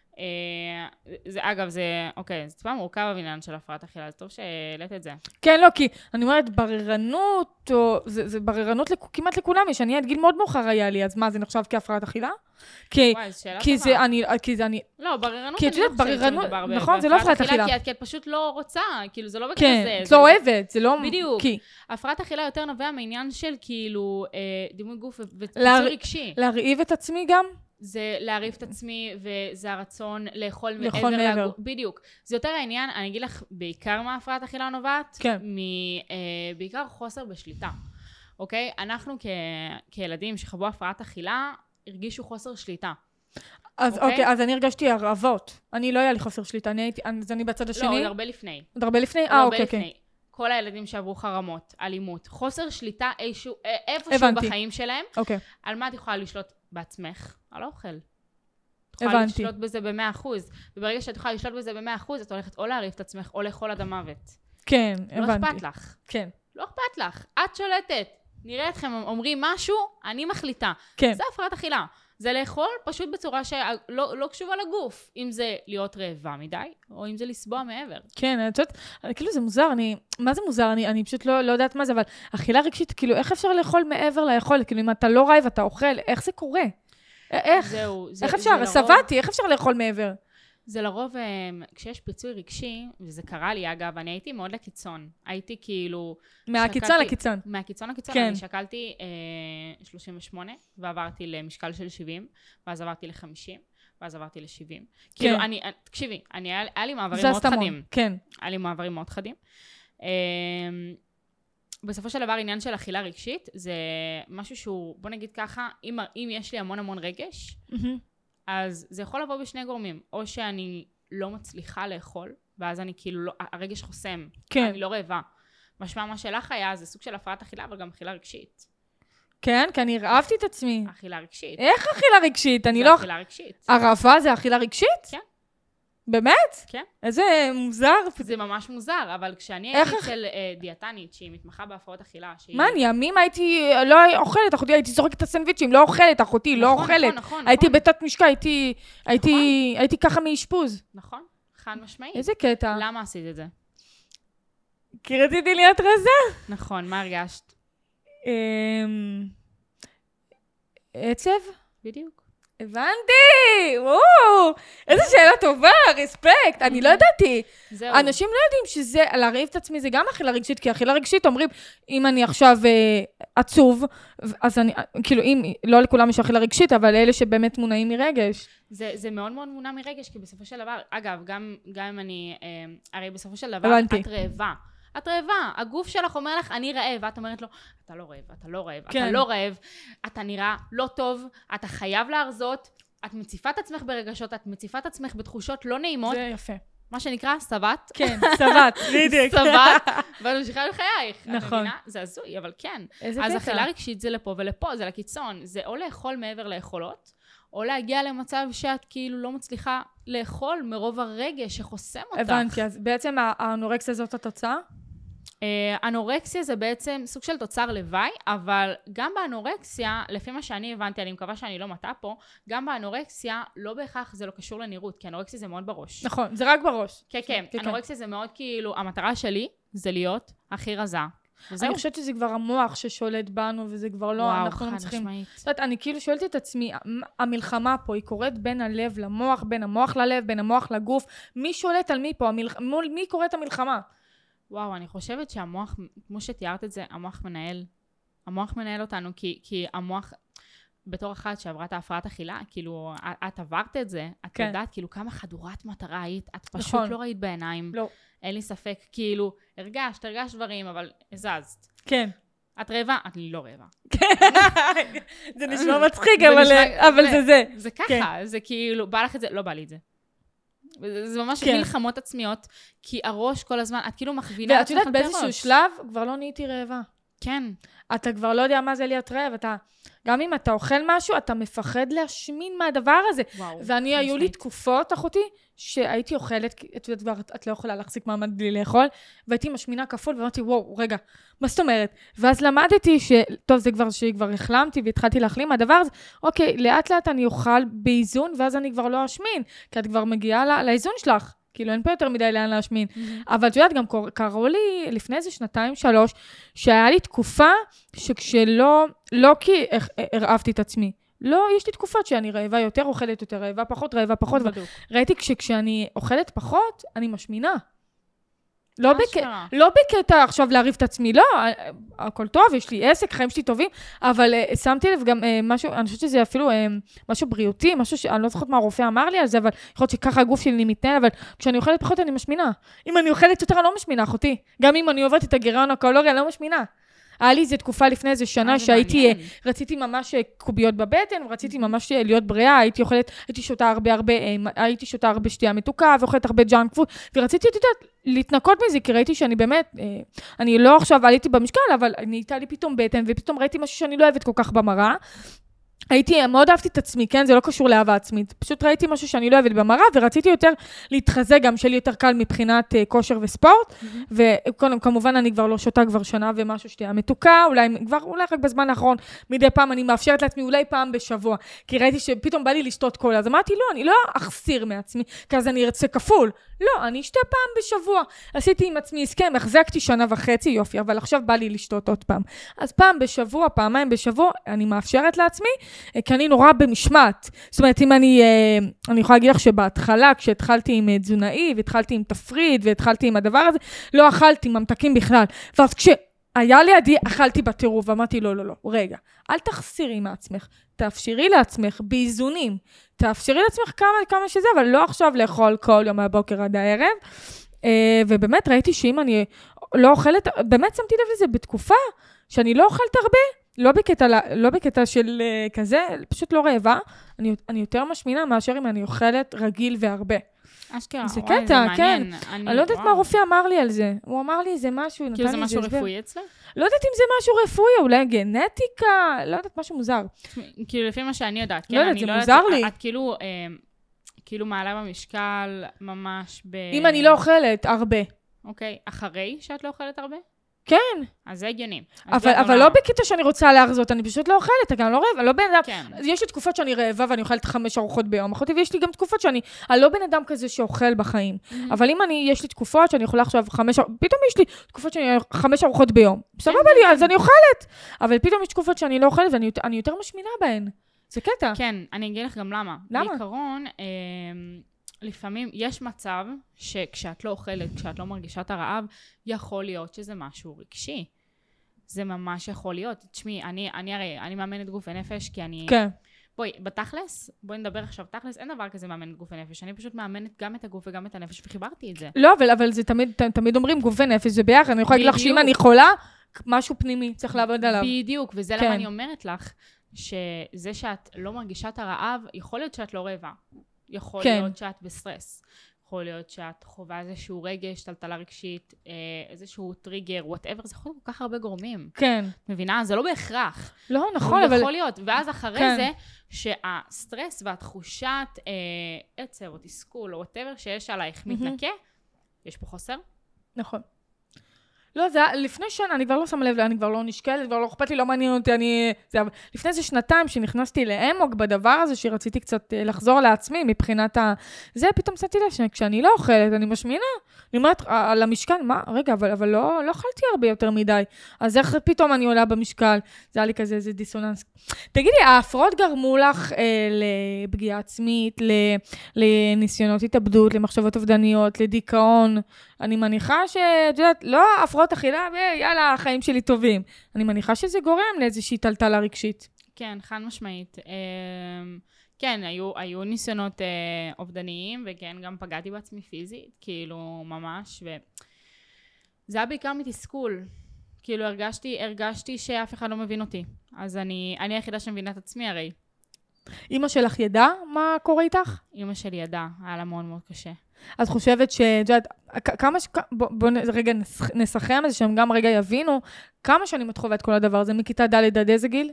C: אגב, זה טיפה מורכב העניין של הפרעת אכילה, זה טוב שהעלית את זה. כן,
B: לא, כי אני אומרת, בררנות, זה בררנות כמעט לכולם, יש, אני עד גיל מאוד מאוחר היה לי, אז מה, זה נחשב כהפרעת אכילה?
C: וואי, זו שאלה טובה.
B: כי זה אני...
C: לא, בררנות אני לא חושבת שמדובר
B: נכון, זה לא הפרעת אכילה.
C: כי את פשוט לא רוצה, כאילו זה לא בגלל זה.
B: כן, את לא אוהבת, זה לא...
C: בדיוק. הפרעת אכילה יותר נובע מהעניין של כאילו דימוי גוף ופיצוי רגשי.
B: להרעיב את עצמי גם?
C: זה להרעיב את עצמי, וזה הרצון לאכול מעבר. בדיוק. זה יותר העניין, אני אגיד לך, בעיקר מה הפרעת אכילה נובעת?
B: כן.
C: בעיקר חוסר בשליטה. אוקיי? אנחנו כילדים שחוו הפרעת אכילה, הרגישו חוסר שליטה.
B: אז אוקיי, אז אני הרגשתי הרעבות. אני לא היה לי חוסר שליטה, אז אני בצד השני.
C: לא, עוד הרבה לפני.
B: עוד הרבה לפני? אוקיי.
C: כל הילדים שעברו חרמות, אלימות, חוסר שליטה איפשהו בחיים שלהם.
B: אוקיי.
C: על מה את יכולה לשלוט בעצמך? על האוכל. את
B: יכולה
C: לשלוט בזה ב100%. וברגע שאת יכולה לשלוט בזה ב100%, את הולכת או להריף את עצמך, או לאכול עד המוות.
B: כן, הבנתי.
C: לא אכפת לך.
B: כן.
C: לא אכפת לך. את שולטת. נראה אתכם אומרים משהו, אני מחליטה.
B: כן.
C: זה הפרעת אכילה. זה לאכול פשוט בצורה שלא קשובה לגוף. אם זה להיות רעבה מדי, או אם זה לסבוע מעבר.
B: כן, אני חושבת, כאילו זה מוזר, מה זה מוזר? אני פשוט לא יודעת מה זה, אבל אכילה רגשית, כאילו, איך אפשר לאכול מעבר לאכול? כאילו, אם אתה לא רעב, אתה אוכל, איך זה קורה? איך אפשר? סבתי, איך אפשר לאכול מעבר?
C: זה לרוב, כשיש פיצוי רגשי, וזה קרה לי אגב, אני הייתי מאוד לקיצון. הייתי כאילו...
B: מהקיצון לקיצון.
C: מהקיצון לקיצון.
B: כן.
C: אני שקלתי 38, ועברתי למשקל של 70, ואז עברתי ל-50, ואז עברתי ל-70. כן. כאילו, תקשיבי, היה לי מעברים מאוד חדים.
B: כן.
C: היה לי מעברים מאוד חדים. בסופו של דבר, עניין של אכילה רגשית, זה משהו שהוא, בוא נגיד ככה, אם יש לי המון רגש, אז זה יכול לבוא בשני גורמים, או שאני לא מצליחה לאכול, ואז אני כאילו, הרגש חוסם,
B: כן.
C: אני לא רעבה. משמע מה שלך היה, זה סוג של הפרעת אכילה, אבל גם אכילה רגשית.
B: כן, כי אני רעבתי את עצמי.
C: אכילה רגשית.
B: איך אכילה רגשית? אני לא...
C: זה אכילה רגשית.
B: הרעבה זה אכילה רגשית?
C: כן.
B: באמת?
C: כן.
B: איזה מוזר.
C: זה ממש מוזר, אבל כשאני הייתי אצל דיאטנית, שהיא מתמחה בהפרעות אכילה, שהיא...
B: מה, אני ימים הייתי, לא אוכלת, אחותי, הייתי זורקת את הסנדוויצ'ים, לא אוכלת, אחותי, לא אוכלת.
C: נכון.
B: הייתי בתת משקל, הייתי ככה מאשפוז.
C: נכון, חד משמעית.
B: איזה קטע.
C: למה עשית את זה?
B: כי רציתי להיות רזה.
C: נכון, מה הרגשת?
B: עצב?
C: בדיוק.
B: הבנתי! וואו! איזו שאלה טובה, רספקט. אני לא ידעתי.
C: זהו.
B: אנשים לא יודעים שזה, להרעיב את עצמי זה גם אכילה רגשית, כי אכילה רגשית אומרים, אם אני עכשיו עצוב, אז אני, כאילו, לא לכולם יש אכילה רגשית, אבל אלה שבאמת מונעים מרגש.
C: זה מאוד מאוד מונע מרגש, כי בסופו של דבר, אגב, גם אם אני, הרי בסופו של דבר, את רעבה. את רעבה, הגוף שלך אומר לך, אני רעב, ואת אומרת לו, אתה לא רעב, אתה לא רעב, אתה לא רעב, אתה נראה לא טוב, אתה חייב להרזות, את מציפה את עצמך ברגשות, את מציפה את עצמך בתחושות לא נעימות.
B: זה יפה.
C: מה שנקרא, סבת.
B: כן, סבת, בדיוק.
C: סבת, ואת ממשיכה לחייך.
B: נכון.
C: זה הזוי, אבל כן.
B: איזה קטע.
C: אז אכילה רגשית זה לפה ולפה, זה לקיצון. זה או לאכול מעבר ליכולות, או להגיע למצב שאת כאילו לא מצליחה לאכול מרוב הרגש שחוסם אותך.
B: הבנתי, אז בעצם האנורקסיה זאת התוצאה?
C: אנורקסיה זה בעצם סוג של תוצר לוואי, אבל גם באנורקסיה, לפי מה שאני הבנתי, אני מקווה שאני לא מטעה פה, גם באנורקסיה לא בהכרח זה לא קשור לנראות, כי אנורקסיה זה מאוד בראש.
B: נכון, זה רק בראש.
C: כן, כן, אנורקסיה זה מאוד כאילו, המטרה שלי זה להיות הכי רזה.
B: אני חושבת שזה כבר המוח ששולט בנו, וזה כבר לא, אנחנו לא צריכים... אני כאילו שואלת את עצמי, המלחמה פה היא קורית בין הלב למוח, בין המוח ללב, בין המוח לגוף, מי שולט על מי פה? מול מי קורית המלחמה?
C: וואו, אני חושבת שהמוח, כמו שתיארת את זה, המוח מנהל אותנו, כי המוח, בתור אחת שעברה את ההפרעת אכילה, כאילו, את עברת את זה, את יודעת, כאילו, כמה חדורת מטרה היית, את פשוט לא ראית בעיניים.
B: לא.
C: אין לי ספק, כאילו, הרגשת דברים, אבל הזזת.
B: כן.
C: את רעבה? את לא רעבה.
B: זה נשמע מצחיק, אבל זה זה.
C: זה ככה, זה כאילו, בא לך את זה, לא בא לי את זה. זה ממש מלחמות עצמיות, כי הראש כל הזמן, את כאילו מכווינה...
B: ואת יודעת, באיזשהו שלב, כבר לא נהייתי רעבה.
C: כן.
B: אתה כבר לא יודע מה זה להיות רעב, גם אם אתה אוכל משהו, אתה מפחד להשמין מהדבר הזה. ואני, היו לי תקופות, אחותי, שהייתי אוכלת, את לא יכולה להחזיק מעמד בלי לאכול, והייתי משמינה כפול, ואמרתי, וואו, רגע, מה זאת אומרת? ואז למדתי טוב, זה כבר שכבר החלמתי, והתחלתי להחלים מהדבר הזה, אוקיי, לאט לאט אני אוכל באיזון, ואז אני כבר לא אשמין, כי את כבר מגיעה לאיזון שלך. כאילו, אין פה יותר מדי לאן להשמין. אבל את יודעת, גם קראו לי לפני איזה 2-3, שהיה לי תקופה שכשלא, לא כי הרעבתי את עצמי, לא, יש לי תקופות שאני רעבה יותר, אוכלת יותר, רעבה פחות, אבל ראיתי כשאני אוכלת פחות, אני משמינה. לא בקטע עכשיו להריב את עצמי, לא, הכל טוב, יש לי עסק, חיים שלי טובים, אבל שמתי לב גם משהו, אני חושבת שזה אפילו משהו בריאותי, משהו שאני לא זוכרת מה הרופא אמר לי על זה, אבל יכול להיות שככה הגוף שלי מתנהל, אבל כשאני אוכלת פחות אני משמינה. אם אני אוכלת יותר אני לא משמינה, אחותי. גם אם אני עוברת את הגירעון הקלורי, אני לא משמינה. היה לי איזו תקופה לפני איזה שנה שהייתי, רציתי ממש קוביות בבטן, ורציתי ממש להיות בריאה, הייתי שותה הרבה שתייה מתוקה, ואוכלת הרבה ג'אנק פוד, ורציתי, את יודעת, להתנקות מזה, כי ראיתי שאני באמת, אני לא עכשיו עליתי במשקל, אבל הייתה לי פתאום בטן, ופתאום ראיתי משהו שאני לא אוהבת כל כך במראה, מאוד אהבתי את עצמי, כן? זה לא קשור לאהבה עצמית. פשוט ראיתי משהו שאני לא אוהבת במראה, ורציתי יותר להתחזק גם שלי יותר קל מבחינת כושר וספורט, וכמובן אני כבר לא שותה כבר שנה ומשהו שתהיה מתוקה, אולי רק בזמן האחרון, מדי פעם אני מאפשרת לעצמי אולי פעם בשבוע, כי ראיתי שפתאום בא לי לשתות קולה, אז אמרתי לא, אני לא אחסיר מעצמי, כי אז אני ארצה כפול. לא, אני אשתה פעם בשבוע. עשיתי עם עצמי הסכם, החזקתי 1.5 שנה, יופי, אבל עכשיו בא לי לשתות עוד פעם. אז פעם בשבוע, פעמיים בשבוע, אני מאפשרת לעצמי, כי אני נורא במשמעת. זאת אומרת, אם אני יכולה להגיד לך שבהתחלה, כשהתחלתי עם תזונאי, והתחלתי עם תפריד, והתחלתי עם הדבר הזה, לא אכלתי ממתקים בכלל. ואז כשהיה לידי, אכלתי בטירוף, ואמרתי, לא, רגע, אל תחסירי מעצמך, תאפשרי לעצמך באיזונים, תאפשרי לעצמך כמה שזה, אבל לא עכשיו לאכול כל יום מהבוקר עד הערב. ובאמת ראיתי שאם אני לא אוכלת, באמת שמתי לב לזה בתקופה, שאני לא אוכלת הרבה, לא בקטע של כזה, פשוט לא רעבה, אני יותר משמינה מאשר אם אני אוכלת רגיל והרבה.
C: אשכרה,
B: זה קטע, כן. אני לא יודעת מה הרופא אמר לי על זה. הוא אמר לי איזה משהו,
C: כאילו זה משהו רפואי אצלך?
B: לא יודעת אם זה משהו רפואי, אולי גנטיקה, לא יודעת, משהו מוזר.
C: כאילו לפי מה שאני יודעת,
B: לא יודעת, זה מוזר לי.
C: את כאילו מעלה במשקל ממש
B: אם אני לא אוכלת הרבה.
C: אוקיי, אחרי שאת לא אוכלת הרבה?
B: כן.
C: אז זה הגיוני.
B: אבל לא בקטע שאני רוצה להרזות, אני פשוט לא אוכלת, גם לא רעבה, לא בן אדם. יש לי תקופות שאני רעבה ואני אוכלת 5 ארוחות ביום, אחותי, ויש לי גם תקופות שאני לא בן אדם כזה שאוכל בחיים. אבל אם יש לי תקופות שאני יכולה עכשיו 5, פתאום יש לי תקופות שאני 5 ארוחות ביום. סבבה לי, אז אני אוכלת. אבל פתאום יש תקופות שאני לא אוכלת ואני יותר משמינה בהן. זה קטע.
C: כן, אני אגיד לך גם למה.
B: למה?
C: בעיקרון, לפעמים יש מצב שכשאת לא אוכלת, כשאת לא מרגישה את הרעב, יכול להיות שזה משהו רגשי. זה ממש יכול להיות. תשמעי, אני מאמנת גוף ונפש, כי אני...
B: כן.
C: בואי נדבר עכשיו תכלס, אין דבר כזה מאמנת גוף ונפש. אני פשוט מאמנת גם את הגוף וגם את הנפש, וחיברתי את זה.
B: לא, אבל זה תמיד אומרים גוף ונפש, זה ביחד. אני יכולה להגיד לך שאם אני חולה, משהו פנימי, צריך לעבוד עליו.
C: בדיוק, וזה למה אני אומרת לך, שזה שאת לא מרגישה את הרעב, יכול להיות שאת לא רעבה. יכול להיות שאת בסטרס. יכול להיות שאת חווה איזשהו רגש, טלטלה רגשית, איזשהו טריגר, whatever, זה יכול להיות כל כך הרבה גורמים.
B: כן.
C: מבינה? זה לא בהכרח.
B: לא, נכון, אבל...
C: יכול להיות. ואז אחרי זה, שהסטרס והתחושת עצב או תסכול או whatever שיש עלייך מתנקה, יש פה חוסר.
B: נכון. לא, זה לפני שנה, אני כבר לא שמה לב, אני כבר לא נשקלת, כבר לא אכפת לי, לא מעניין אותי, לפני זה שנתיים שנכנסתי לאמוק בדבר הזה, שרציתי קצת לחזור לעצמי מבחינת זה, פתאום שמתי לב שכשאני לא אוכלת, אני משמינה, אני אומרת, על המשקל, מה? רגע, אבל לא אכלתי הרבה יותר מדי, אז איך פתאום אני עולה במשקל? זה היה לי כזה, איזה דיסוננס. תגידי, ההפרעות גרמו לך לפגיעה עצמית, לניסיונות התאבדות, למחשבות אובדניות, לדיכאון, אני מניחה שאת יודעת, לא הפרעות אכילה, ויאללה, החיים שלי טובים. אני מניחה שזה גורם לאיזושהי טלטלה רגשית.
C: כן, חד משמעית. כן, היו ניסיונות אובדניים, וכן, גם פגעתי בעצמי פיזית, כאילו, ממש, זה היה בעיקר מתסכול. כאילו, הרגשתי שאף אחד לא מבין אותי. אז אני היחידה שמבינה את עצמי הרי.
B: אמא שלך ידעה מה קורה איתך?
C: אמא שלי ידעה, היה לה מאוד מאוד קשה.
B: את חושבת שאת יודעת, בוא רגע נסכם את זה, שהם גם רגע יבינו, כמה שנים את חווה את כל הדבר הזה, מכיתה ד' עד איזה גיל?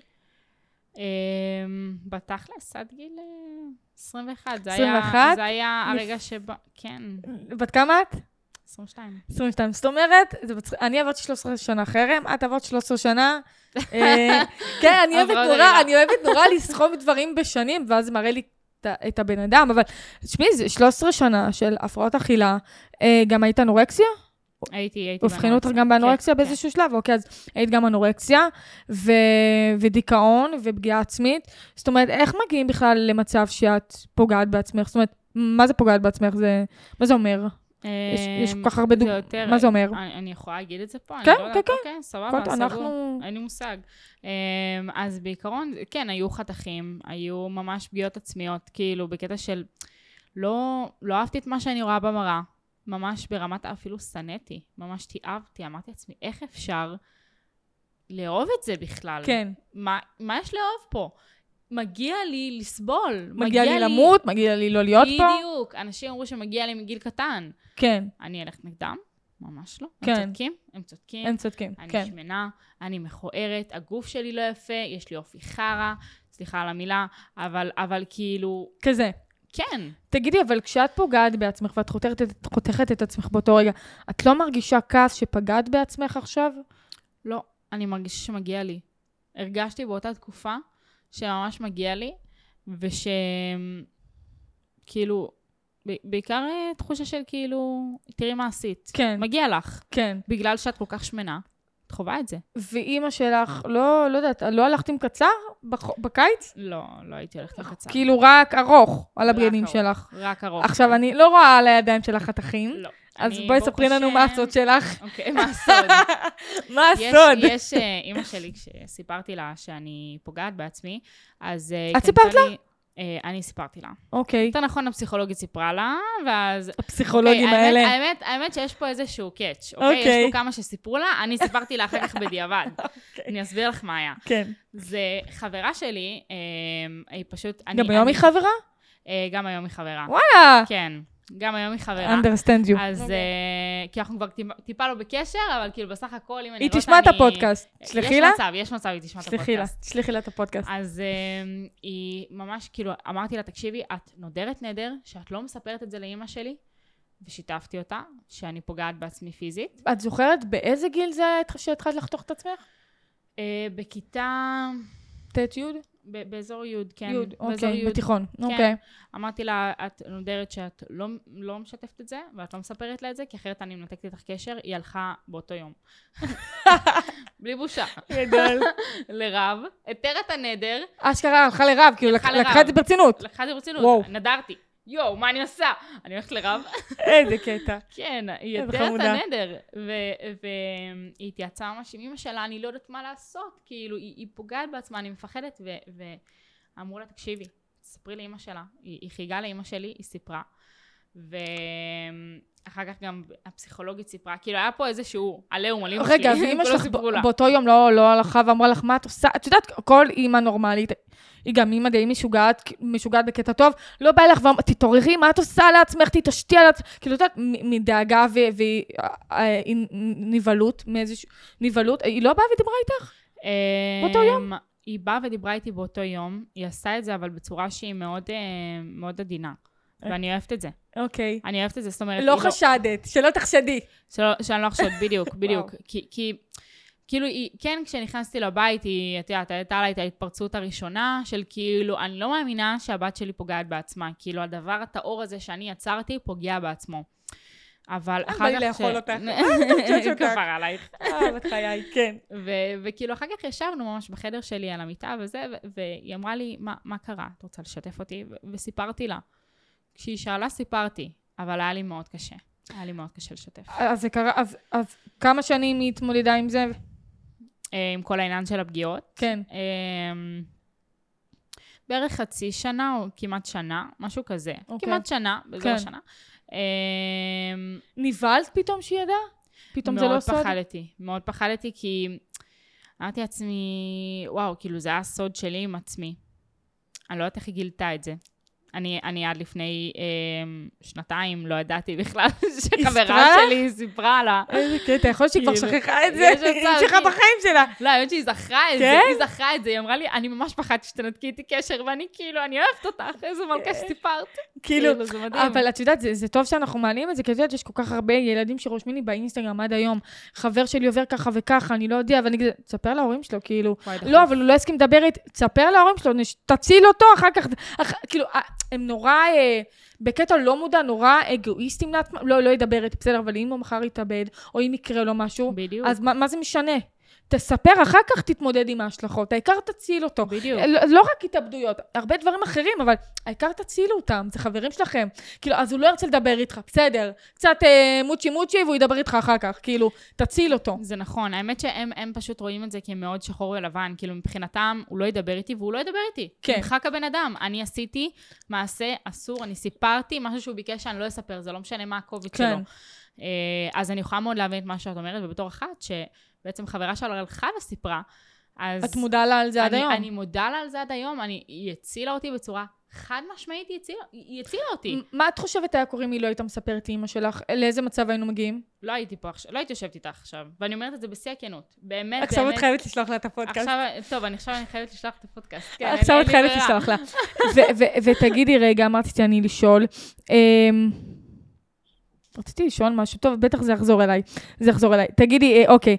C: בתכלס, עד גיל 21.
B: 21?
C: זה היה הרגע שבא, כן.
B: בת כמה את?
C: 22.
B: 22. זאת אומרת, אני עברתי 13 שנה חרם, את עברת 13 שנה. כן, אני אוהבת נורא לסכום דברים בשנים, ואז מראה לי את הבן אדם, אבל תשמעי, זה 13 שנה של הפרעות אכילה, גם היית אנורקסיה?
C: הייתי באנורקסיה.
B: הבחינו אותך גם באנורקסיה באיזשהו שלב, אוקיי, אז היית גם אנורקסיה, ודיכאון, ופגיעה עצמית. זאת אומרת, איך מגיעים בכלל למצב שאת פוגעת בעצמך? זאת אומרת, מה זה פוגעת בעצמך? מה זה אומר? יש כל כך הרבה מה זה אומר?
C: אני יכולה להגיד את זה פה?
B: כן, כן, כן.
C: אוקיי, סבבה, סגור. אין לי מושג. אז בעיקרון, כן, היו חתכים, היו ממש פגיעות עצמיות, כאילו, בקטע של לא אהבתי את מה שאני רואה במראה, ממש ברמת אפילו סנתי, ממש תיאבתי, אמרתי לעצמי, איך אפשר לאהוב את זה בכלל?
B: כן.
C: מה יש לאהוב פה? מגיע לי לסבול.
B: מגיע לי למות, מגיע לי לא להיות פה.
C: בדיוק. אנשים אמרו שמגיע לי מגיל קטן.
B: כן.
C: אני אלכת נגדם? ממש לא.
B: כן.
C: הם צודקים.
B: הם צודקים, כן.
C: אני שמנה, אני מכוערת, הגוף שלי לא יפה, יש לי אופי חרה, סליחה על המילה, אבל כאילו...
B: כזה.
C: כן.
B: תגידי, אבל כשאת פוגעת בעצמך ואת חותכת את עצמך באותו רגע, את לא מרגישה כעס שפגעת בעצמך עכשיו?
C: לא, אני מרגישה שמגיע לי. הרגשתי באותה תקופה שממש מגיע לי, ושכאילו, בעיקר תחושה של כאילו, תראי מה עשית.
B: כן.
C: מגיע לך.
B: כן.
C: בגלל שאת כל כך שמנה, את חובה את זה.
B: ואמא שלך, לא יודעת, לא הלכת עם קצר בקיץ?
C: לא הייתי הולכת עם קצר.
B: כאילו רק ארוך על הבגדים שלך.
C: רק ארוך.
B: עכשיו, אני לא רואה על הידיים שלך חתכים.
C: לא.
B: אז בואי ספרי לנו מה הסוד שלך.
C: אוקיי, מה הסוד?
B: מה הסוד?
C: יש אמא שלי, כשסיפרתי לה שאני פוגעת בעצמי, אז...
B: את סיפרת לה?
C: אני סיפרתי לה.
B: אוקיי.
C: יותר נכון, הפסיכולוגית סיפרה לה, ואז...
B: הפסיכולוגים האלה.
C: האמת שיש פה איזשהו קאץ', אוקיי? יש פה כמה שסיפרו לה, אני סיפרתי לה אחר כך בדיעבד. אני אסביר לך מה היה.
B: כן.
C: זה חברה שלי, היא פשוט...
B: גם היום היא חברה?
C: גם היום היא חברה.
B: וואלה!
C: כן. גם היום היא חברה.
B: understand you.
C: אז, כי אנחנו כבר טיפה לא בקשר, אבל כאילו בסך הכל, אם אני
B: היא תשמע את הפודקאסט. שלחי לה?
C: יש מצב, היא תשמע את הפודקאסט.
B: שלחי לה את הפודקאסט.
C: אז היא ממש, כאילו, אמרתי לה, תקשיבי, את נודרת נדר, שאת לא מספרת את זה לאמא שלי, ושיתפתי אותה, שאני פוגעת בעצמי פיזית.
B: את זוכרת באיזה גיל זה שהתחלת לחתוך את עצמך?
C: בכיתה...
B: ת' י'?
C: באזור י', כן.
B: י', אוקיי, בתיכון, אוקיי.
C: אמרתי לה, את נודרת שאת לא משתפת את זה, ואת לא מספרת לה את זה, כי אחרת אני מנתקת איתך קשר, היא הלכה באותו יום. בלי בושה.
B: גדול.
C: לרב, התרת הנדר.
B: אשכרה, הלכה לרב, כאילו לקחה את זה ברצינות.
C: לקחה את זה ברצינות, נדרתי. יואו, מה אני עושה? אני הולכת לרב.
B: איזה קטע.
C: כן, היא התרת הנדר. והיא התייעצה ממש עם אמא שלה, אני לא יודעת מה לעשות. כאילו, היא פוגעת בעצמה, אני מפחדת, ואמרו לה, תקשיבי, ספרי לאמא שלה. היא חיגה לאמא שלי, היא סיפרה. אחר כך גם הפסיכולוגית סיפרה, כאילו היה פה איזשהו עליהום על אמא
B: שלי. רגע, ואמא שלך באותו יום לא הלכה ואמרה לך, מה את עושה? את יודעת, כל אמא נורמלית, היא גם אמא די משוגעת בקטע טוב, לא בא לך ואומרת, תתעוררי, מה את עושה לעצמך, תתעשתי על עצמך, כאילו, את יודעת, מדאגה ונבלות, נבלות, היא לא באה ודיברה איתך? באותו יום?
C: היא באה ודיברה איתי באותו יום, היא עשה את זה, אבל בצורה שהיא מאוד, מאוד עדינה. ואני אוהבת את זה.
B: אוקיי.
C: אני אוהבת את זה, זאת אומרת...
B: לא חשדת, שלא תחשדי.
C: שאני לא חשוד, בדיוק. כי כאילו, כן, כשנכנסתי לבית, היא, את יודעת, הייתה לה את ההתפרצות הראשונה, של כאילו, אני לא מאמינה שהבת שלי פוגעת בעצמה. כאילו, הדבר הטהור הזה שאני יצרתי, פוגע בעצמו. אבל אחר כך...
B: בא לי לאכול אותך.
C: כפר עלייך.
B: בחיי, כן.
C: וכאילו, אחר כך ישבנו ממש בחדר שלי על המיטה וזה, והיא אמרה לי, מה קרה? את רוצה לשתף אותי? וסיפרתי לה. כשהיא שאלה, סיפרתי, אבל היה לי מאוד קשה. היה לי מאוד קשה לשתף.
B: אז זה קרה, אז כמה שנים היא התמודדה עם זה?
C: עם כל העניין של הפגיעות.
B: כן.
C: בערך חצי שנה או כמעט שנה, משהו כזה. כמעט שנה, בזו השנה.
B: נבלת פתאום שהיא ידעה? פתאום זה לא סוד?
C: מאוד פחדתי, כי אמרתי לעצמי, וואו, כאילו זה היה סוד שלי עם עצמי. אני לא יודעת איך היא גילתה את זה. אני עד לפני שנתיים לא ידעתי בכלל שחברה שלי סיפרה לה.
B: איזה קטע, יכול להיות שהיא כבר שכחה את זה, היא שכחה בחיים שלה.
C: לא, האמת שהיא זכרה את זה, היא זכרה את זה, היא אמרה לי, אני ממש פחדתי שתנתקי איתי קשר, ואני כאילו, אני אוהבת אותך, איזה מלכה שסיפרת.
B: כאילו, זה מדהים. אבל את יודעת, זה טוב שאנחנו מעלים את זה, כי את יודעת, יש כל כך הרבה ילדים שרושמים לי באינסטגרם עד היום, חבר שלי עובר ככה וככה, אני לא יודע, ואני אגיד, תספר להורים שלו, כאילו, לא, אבל הוא לא הסכים לדבר איתי, תספר להורים שלו, תציל אותו, אחר כך, כאילו, הם נורא, בקטע לא מודע, נורא אגואיסטים לעצמם, לא ידבר איתי, בסדר, אבל אם הוא מחר יתאבד, או אם יקרה לו משהו,
C: בדיוק.
B: אז מה זה משנה? תספר, אחר כך תתמודד עם ההשלכות, העיקר תציל אותו.
C: בדיוק.
B: לא רק התאבדויות, הרבה דברים אחרים, אבל העיקר תצילו אותם, זה חברים שלכם. כאילו, אז הוא לא ירצה לדבר איתך, בסדר, קצת מוצ'י, והוא ידבר איתך אחר כך, כאילו, תציל אותו.
C: זה נכון, האמת שהם פשוט רואים את זה כמאוד שחור ולבן, כאילו, מבחינתם, הוא לא ידבר איתי, והוא לא ידבר איתי.
B: כן.
C: מחק הבן אדם, אני עשיתי מעשה אסור, אני סיפרתי משהו שהוא ביקש שאני לא אספר, זה לא משנה מה הקוביד שלו. אז אני יכולה מאוד להבין את מה שאת אומרת, ובתור אחת בעצם חברה שלה הלכה וסיפרה, אז...
B: את מודעה לה על זה עד היום?
C: אני מודעה לה על זה עד היום, היא הצילה אותי בצורה חד משמעית, היא הצילה אותי.
B: מה את חושבת היה קוראים אם היא לא הייתה מספרת לאמא שלך? לאיזה מצב היינו מגיעים?
C: לא הייתי יושבת איתך עכשיו, ואני אומרת את זה בשיא הכנות. באמת,
B: עכשיו את חייבת לשלוח לה את הפודקאסט.
C: טוב, עכשיו אני חייבת לשלוח את הפודקאסט.
B: עכשיו את חייבת לשלוח לה. ותגידי רגע, אמרתי אני לשאול, רציתי לשאול משהו, טוב, בטח זה יחזור אליי. תגידי, אוקיי,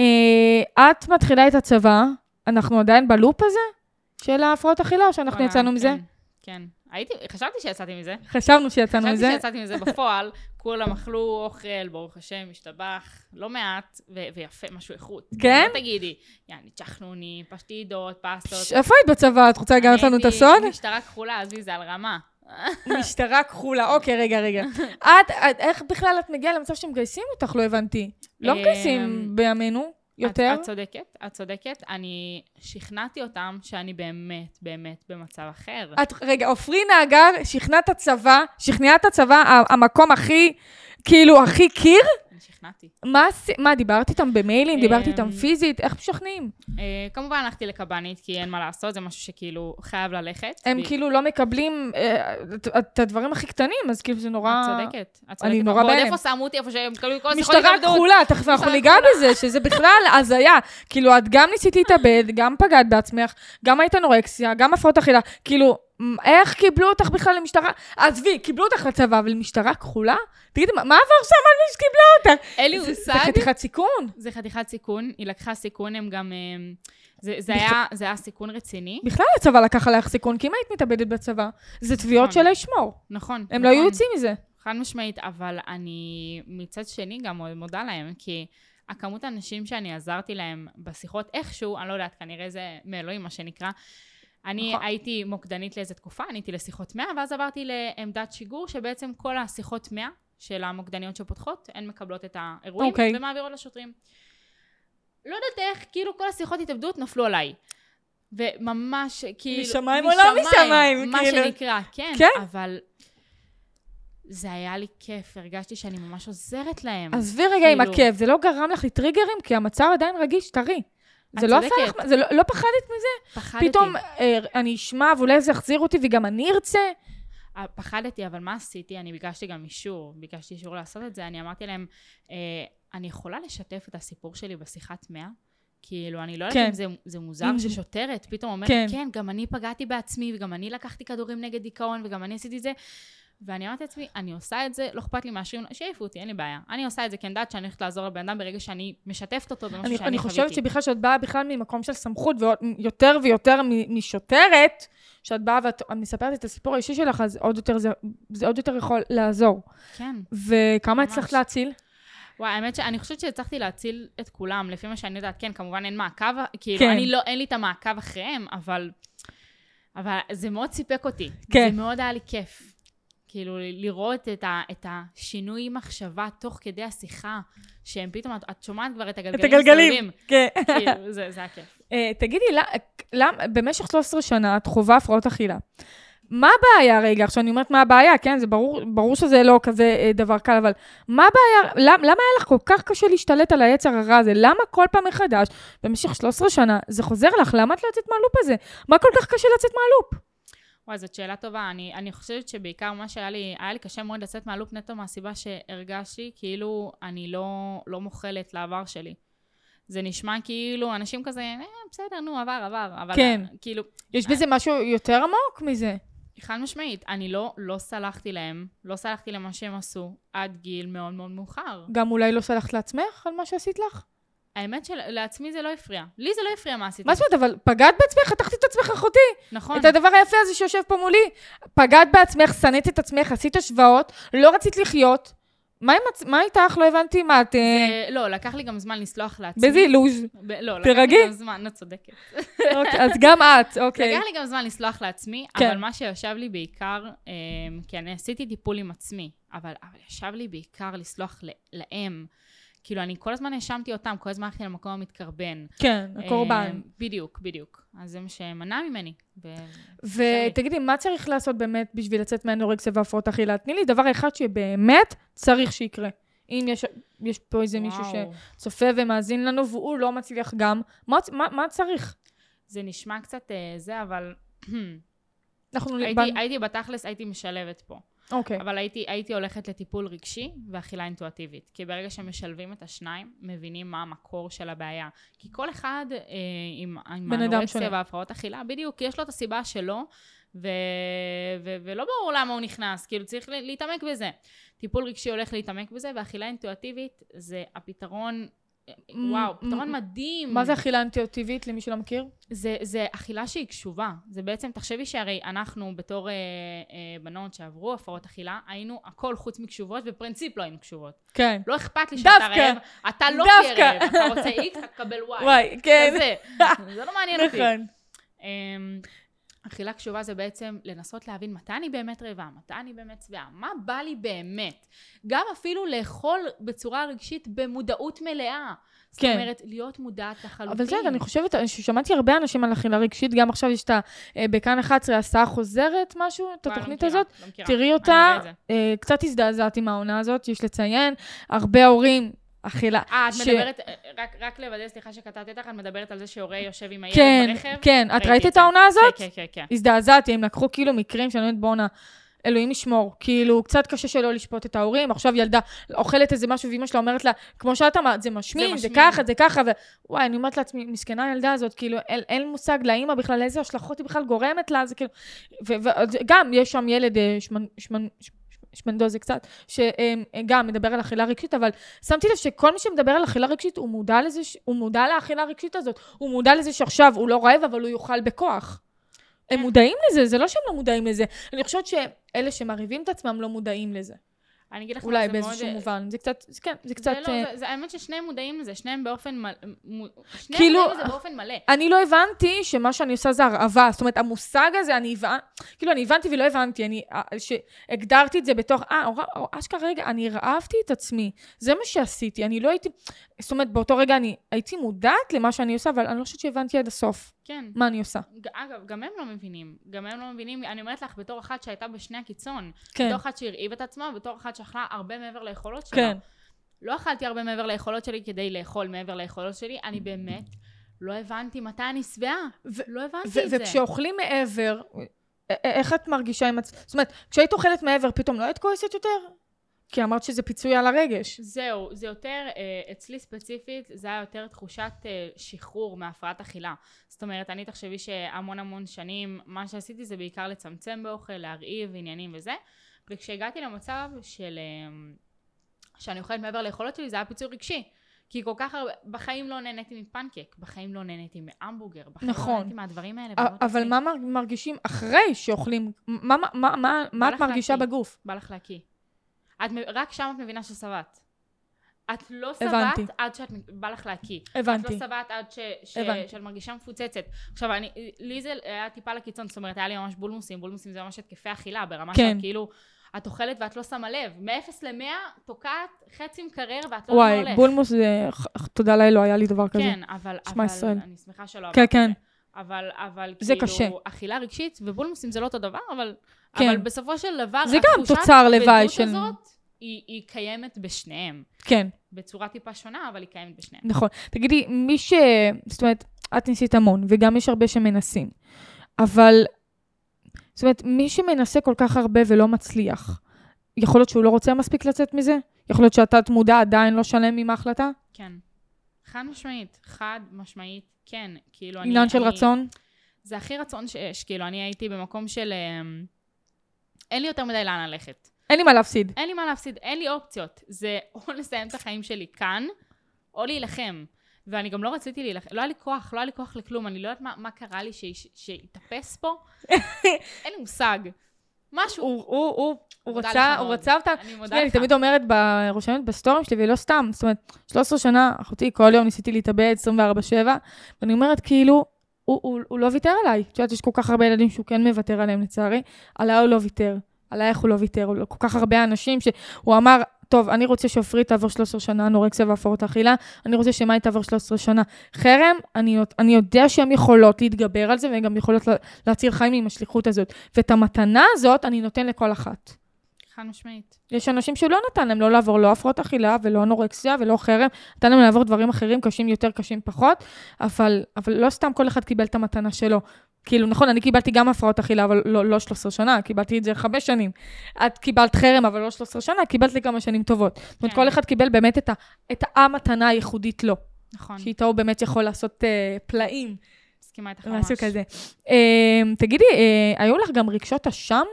B: את מתחילה את הצבא, אנחנו עדיין בלופ הזה של ההפרעות אכילה, או שאנחנו יצאנו מזה?
C: כן. חשבתי שיצאתי מזה.
B: חשבנו שיצאנו מזה.
C: חשבתי שיצאתי מזה בפועל, כולם אכלו אוכל, ברוך השם, משתבח, לא מעט, ויפה, משהו איכות.
B: כן?
C: לא תגידי, יעני, צ'חנוני, פשטידות, פסטות.
B: איפה היית בצבא? את רוצה לגעת לנו את הסוד?
C: משטרה כחולה, עזבי, זה על רמה.
B: משטרה כחולה, אוקיי, רגע. איך בכלל את מגיעה למצב שמגייסים אותך? לא הבנתי. לא מגייסים בימינו יותר?
C: את צודקת. אני שכנעתי אותם שאני באמת, באמת במצב אחר.
B: רגע, עופרי נהגר, שכנעת הצבא, המקום הכי, כאילו, הכי קיר?
C: אני שכנעתי.
B: מה, דיברת איתם במיילים? דיברת איתם פיזית? איך משכנעים?
C: כמובן הלכתי לקב"נית, כי אין מה לעשות, זה משהו שכאילו חייב ללכת.
B: הם כאילו לא מקבלים את הדברים הכי קטנים, אז כאילו זה נורא...
C: את צודקת.
B: אני נורא בהם.
C: ועוד איפה שמו אותי, איפה שהם מקבלים כל השיחות
B: משטרה
C: התאבדות.
B: כחולה, תכף אנחנו ניגע בזה, שזה בכלל הזיה. כאילו, את גם ניסית להתאבד, גם פגעת בעצמך, גם היית אנורקסיה, גם הפרעות אכילה. כאילו, איך קיבלו אותך בכלל למשטרה? עזבי, קיבלו אותך לצבא, אבל למשטרה כחולה? תגידי, מה עבר שם על מי שקיבלה אותך?
C: אלי הושג.
B: זה חתיכת סיכון.
C: זה חתיכת סיכון, היא לקחה סיכון, הם גם... זה היה סיכון רציני.
B: בכלל הצבא לקח עליך סיכון, כי אם היית מתאבדת בצבא, זה תביעות של לשמור.
C: נכון.
B: הם לא היו יוצאים מזה.
C: חד משמעית, אבל אני מצד שני גם מודה להם, כי הכמות האנשים שאני עזרתי להם בשיחות איכשהו, אני לא יודעת, כנראה זה מאלוהים מה שנקרא, אני הייתי מוקדנית לאיזו תקופה, אני הייתי לשיחות 100, ואז עברתי לעמדת שיגור, שבעצם כל השיחות 100 של המוקדניות שפותחות, הן מקבלות את האירועים, ומעבירות לשוטרים. לא יודעת איך, כאילו כל השיחות התאבדות נפלו עליי. וממש, כאילו...
B: משמיים עולה משמיים,
C: מה שנקרא, כן, אבל... זה היה לי כיף, הרגשתי שאני ממש עוזרת להם.
B: עזבי רגע עם הכיף, זה לא גרם לך לטריגרים, כי המצב עדיין רגיש, טרי. זה לא עשה לך, לא פחדת מזה?
C: פחדתי.
B: פתאום אני אשמע, ואולי זה יחזיר אותי, וגם אני ארצה.
C: פחדתי, אבל מה עשיתי? אני ביקשתי גם אישור, ביקשתי אישור לעשות את זה, אני אמרתי להם, אני יכולה לשתף את הסיפור שלי בשיחת 100? כאילו, אני לא יודעת אם זה מוזר ששוטרת, פתאום אומרת, כן, גם אני פגעתי בעצמי, וגם אני לקחתי כדורים נגד דיכאון, וגם אני עשיתי את זה, ואני אמרתי לעצמי, אני עושה את זה, לא אכפת לי מהשריון, שיעיפו אותי, אין לי בעיה. אני עושה את זה, כי אני יודעת שאני הולכת לעזור לבן אדם ברגע שאני משתפת אותו במשהו שאני חוויתי.
B: אני חושבת שבכלל שאת באה בכלל ממקום של סמכות, ויותר ויותר משוטרת, שאת באה ואת מספרת את הסיפור האישי שלך, אז זה עוד יותר יכול לעזור.
C: כן.
B: וכמה הצלחת להציל?
C: וואי, האמת שאני חושבת שהצלחתי להציל את כולם, לפי מה שאני יודעת, כן, כמובן אין מעקב, כאילו, אין לי את המעקב אחריהם, אבל זה מאוד סיפק אותי. זה מאוד היה לי כיף. כאילו, לראות את השינוי מחשבה תוך כדי השיחה, שהם פתאום, את שומעת כבר את הגלגלים.
B: כן.
C: כאילו, זה היה כיף.
B: תגידי, במשך 13 שנה את חווה הפרעות אכילה. מה הבעיה רגע? עכשיו אני אומרת מה הבעיה, כן? זה ברור שזה לא כזה דבר קל, אבל מה הבעיה? למה היה לך כל כך קשה להשתלט על היצר הרע הזה? למה כל פעם מחדש, במשך 13 שנה, זה חוזר לך? למה את לא יוצאת מהלופ הזה? מה כל כך קשה לצאת מהלופ?
C: וואי, זאת שאלה טובה. אני חושבת שבעיקר מה שהיה לי קשה מאוד לצאת מהלופ נטו מהסיבה שהרגשתי כאילו אני לא מוכלת לעבר שלי. זה נשמע כאילו אנשים כזה, בסדר, נו, עבר, אבל
B: כן.
C: כאילו...
B: יש בזה משהו יותר עמוק מזה?
C: חד משמעית, אני לא סלחתי להם, לא סלחתי למה שהם עשו עד גיל מאוד מאוד מאוחר.
B: גם אולי לא סלחת לעצמך על מה שעשית לך?
C: האמת שלעצמי זה לא הפריע. לי זה לא הפריע מה עשיתי.
B: מה זאת אומרת? אבל פגעת בעצמך, חתכתי את עצמך אחותי.
C: נכון.
B: את הדבר היפה הזה שיושב פה מולי. פגעת בעצמך, שנאת את עצמך, עשית השוואות, לא רצית לחיות. מה איתך? לא הבנתי מה את...
C: לא, לקח לי גם זמן לסלוח לעצמי.
B: באיזה לוז'.
C: לא, לקח לי גם זמן, את צודקת.
B: אז גם את, אוקיי.
C: לקח לי גם זמן לסלוח לעצמי, אבל מה שישב לי בעיקר, כי אני עשיתי טיפול עם עצמי, אבל ישב לי בעיקר לסלוח להם. כאילו, אני כל הזמן האשמתי אותם, כל הזמן הלכתי למקום המתקרבן.
B: כן, הקורבן.
C: בדיוק. אז זה מה שמנע ממני.
B: ותגידי, מה צריך לעשות באמת בשביל לצאת מאנורקסיה והפרעות אכילה? תני לי דבר אחד שבאמת צריך שיקרה. אם יש פה איזה מישהו שצופה ומאזין לנו, והוא לא מצליח גם, מה צריך?
C: זה נשמע קצת זה, אבל... הייתי בתכלס, הייתי משלבת פה.
B: אוקיי.
C: אבל הייתי הולכת לטיפול רגשי ואכילה אינטואיטיבית. כי ברגע שמשלבים את השניים, מבינים מה המקור של הבעיה. כי כל אחד עם האנורקסיה והפרעות אכילה, בדיוק, יש לו את הסיבה שלו, ולא ברור למה הוא נכנס, כאילו צריך להתעמק בזה. טיפול רגשי הולך להתעמק בזה, ואכילה אינטואיטיבית זה הפתרון... וואו, פתרון מדהים.
B: מה זה אכילה אינטואיטיבית, למי שלא מכיר?
C: זה אכילה שהיא קשובה. זה בעצם, תחשבי שהרי אנחנו בתור בנות שעברו הפרעות אכילה, היינו הכל חוץ מקשובות, בפרינציפ לא היינו קשובות.
B: כן.
C: לא אכפת לי שאתה רעב, אתה לא תהיה רעב, אתה רוצה X, אתה תקבל Y.
B: וואי, כן.
C: זה לא מעניין אותי.
B: נכון.
C: אכילה קשובה זה בעצם לנסות להבין מתי אני באמת רעבה, מתי אני באמת שבעה, מה בא לי באמת. גם אפילו לאכול בצורה רגשית במודעות מלאה. זאת אומרת, להיות מודעת לחלוטין.
B: אבל זה, אני חושבת, שמעתי הרבה אנשים על אכילה רגשית, גם עכשיו יש את בכאן 11, הסעה חוזרת משהו, את התוכנית הזאת. תראי אותה, קצת הזדעזעתי מהעונה הזאת, יש לציין, הרבה הורים, אכילה.
C: את מדברת, רק לוודא, סליחה שקטעתי אותך, את מדברת על זה שהורה יושב עם הילד ברכב?
B: כן, את ראית את העונה הזאת?
C: כן.
B: הזדעזעתי, הם לקחו כאילו מקרים שאני אומרת בונה, אלוהים ישמור, כאילו קצת קשה שלא לשפוט את ההורים, עכשיו ילדה אוכלת איזה משהו ואמא שלה אומרת לה, כמו שאת אמרת, זה משמין, זה ככה, וואי, אני אומרת לעצמי, מסכנה הילדה הזאת, כאילו אין מושג לאמא בכלל, איזה השלכות היא בכלל גורמת לה, זה כאילו, וגם יש שם ילד שמנדו זה קצת, שגם מדבר על אכילה רגשית, אבל שמתי לב שכל מי שמדבר על אכילה רגשית, הוא מודע לזה, הוא מודע לאכילה רגשית הזאת, הוא מודע לזה שעכשיו הוא לא רעב, אבל הוא יאכל בכוח. הם מודעים לזה, זה לא שהם לא מודעים לזה. אני חושבת שאלה שמריבים את עצמם לא מודעים לזה.
C: אני אגיד לך
B: אולי באיזשהו מובן. זה קצת, כן, זה קצת...
C: זה האמת ששניהם מודעים לזה, שניהם באופן מלא.
B: אני לא הבנתי שמה שאני עושה זה הרעבה. זאת אומרת, המושג הזה, אני הבנתי ולא הבנתי. שהגדרתי את זה בתוך, אשכרה רגע, אני רעבתי את עצמי. זה מה שעשיתי. אני לא הייתי... זאת אומרת, באותו רגע אני הייתי מודעת למה שאני עושה, אבל אני לא חושבת שהבנתי עד הסוף.
C: כן.
B: מה אני עושה?
C: אגב, גם הם לא מבינים, אני אומרת לך, בתור אחת שהייתה בשני הקיצון,
B: כן.
C: בתור אחת שהרעיב את עצמה, בתור אחת שאכלה הרבה מעבר ליכולות שלה.
B: כן.
C: לא אכלתי הרבה מעבר ליכולות שלי כדי לאכול מעבר ליכולות שלי, אני באמת לא הבנתי מתי אני שבעה. לא הבנתי את זה.
B: וכשאוכלים מעבר, איך את מרגישה עם זאת אומרת, כשהיית אוכלת מעבר, פתאום לא היית כועסת יותר? כי אמרת שזה פיצוי על הרגש.
C: זהו, זה יותר, אצלי ספציפית, זה היה יותר תחושת שחרור מהפרעת אכילה. זאת אומרת, אני תחשבי שהמון שנים, מה שעשיתי זה בעיקר לצמצם באוכל, להרעיב עניינים וזה, וכשהגעתי למצב שאני אוכלת מעבר ליכולות שלי, זה היה פיצוי רגשי. כי כל כך הרבה, בחיים לא נהניתי מפנקק, בחיים לא נהניתי מהמבורגר, בחיים לא נהניתי מהדברים האלה.
B: אבל מה מרגישים אחרי שאוכלים? מה את מרגישה בגוף?
C: בא לך להקיא. רק שם את מבינה שסבאת. את לא סבאת עד שאת בא לך להקיא.
B: הבנתי.
C: את לא סבאת עד שאת מרגישה מפוצצת. עכשיו, לי זה היה טיפה לקיצון, זאת אומרת, היה לי ממש בולמוסים זה ממש התקפי אכילה, ברמה שאת כאילו, את אוכלת ואת לא שמה לב. מ-0 ל-100 תוקעת חצי מקרר ואת לא הולך.
B: וואי, בולמוס זה, תודה לאלו, היה לי דבר כזה.
C: כן, אבל אני שמחה שלא
B: עברתי. כן.
C: אבל
B: כאילו,
C: אכילה רגשית ובולמוסים זה לא אותו דבר, אבל בסופו של דבר,
B: זה גם תוצר לוואי של...
C: היא קיימת בשניהם.
B: כן.
C: בצורה טיפה שונה, אבל היא קיימת בשניהם.
B: נכון. תגידי, זאת אומרת, את ניסית המון, וגם יש הרבה שמנסים. אבל, זאת אומרת, מי שמנסה כל כך הרבה ולא מצליח, יכול להיות שהוא לא רוצה מספיק לצאת מזה? יכול להיות שאתה תמודע עדיין לא שלם עם ההחלטה?
C: כן. חד משמעית, כן. כאילו,
B: עניין של רצון?
C: זה הכי רצון שיש. כאילו, אני הייתי במקום של... אין לי יותר מדי לאן ללכת.
B: אין לי מה להפסיד.
C: אין לי אופציות. זה או לסיים את החיים שלי כאן, או להילחם. ואני גם לא רציתי להילחם. לא היה לי כוח לכלום. אני לא יודעת מה קרה לי שיתאפס פה. אין לי מושג. משהו.
B: הוא רצה אותה. אני תמיד אומרת ברושמת בסטורים שלי, ולא סתם. זאת אומרת, 13 שנה, אחותי, כל יום ניסיתי להתאבד 24/7, ואני אומרת, כאילו, הוא לא ויתר עליי. את יודעת, יש כל כך הרבה ילדים שהוא כן מוותר עליהם, לצערי. עליי הוא לא ויתר. עליי איך הוא לא ויתר. כל כך הרבה אנשים שהוא אמר, טוב, אני רוצה שאופרי תעבור 13 שנה, אנורקסיה והפרעות אכילה, אני רוצה שמאי תעבור 13 שנה. חרם, אני יודע שהן יכולות להתגבר על זה, והן גם יכולות להציל חיים עם השליחות הזאת. ואת המתנה הזאת אני נותן לכל אחת.
C: חד משמעית.
B: יש אנשים שהוא לא נתן להם לא לעבור לא הפרעות אכילה, ולא אנורקסיה, ולא חרם, נתן להם לעבור דברים אחרים, קשים יותר, קשים פחות, אבל לא סתם כל אחד קיבל את המתנה שלו. כאילו, נכון, אני קיבלתי גם הפרעות אכילה, אבל לא 13 שנה, קיבלתי את זה 5 שנים. את קיבלת חרם, אבל לא 13 שנה, קיבלת לי כמה שנים טובות. זאת אומרת, כל אחד קיבל באמת את המתנה הייחודית לו.
C: נכון.
B: שאיתו הוא באמת יכול לעשות פלאים.
C: מסכימה איתך ממש.
B: משהו כזה. תגידי, היו לך גם רגשות אשם?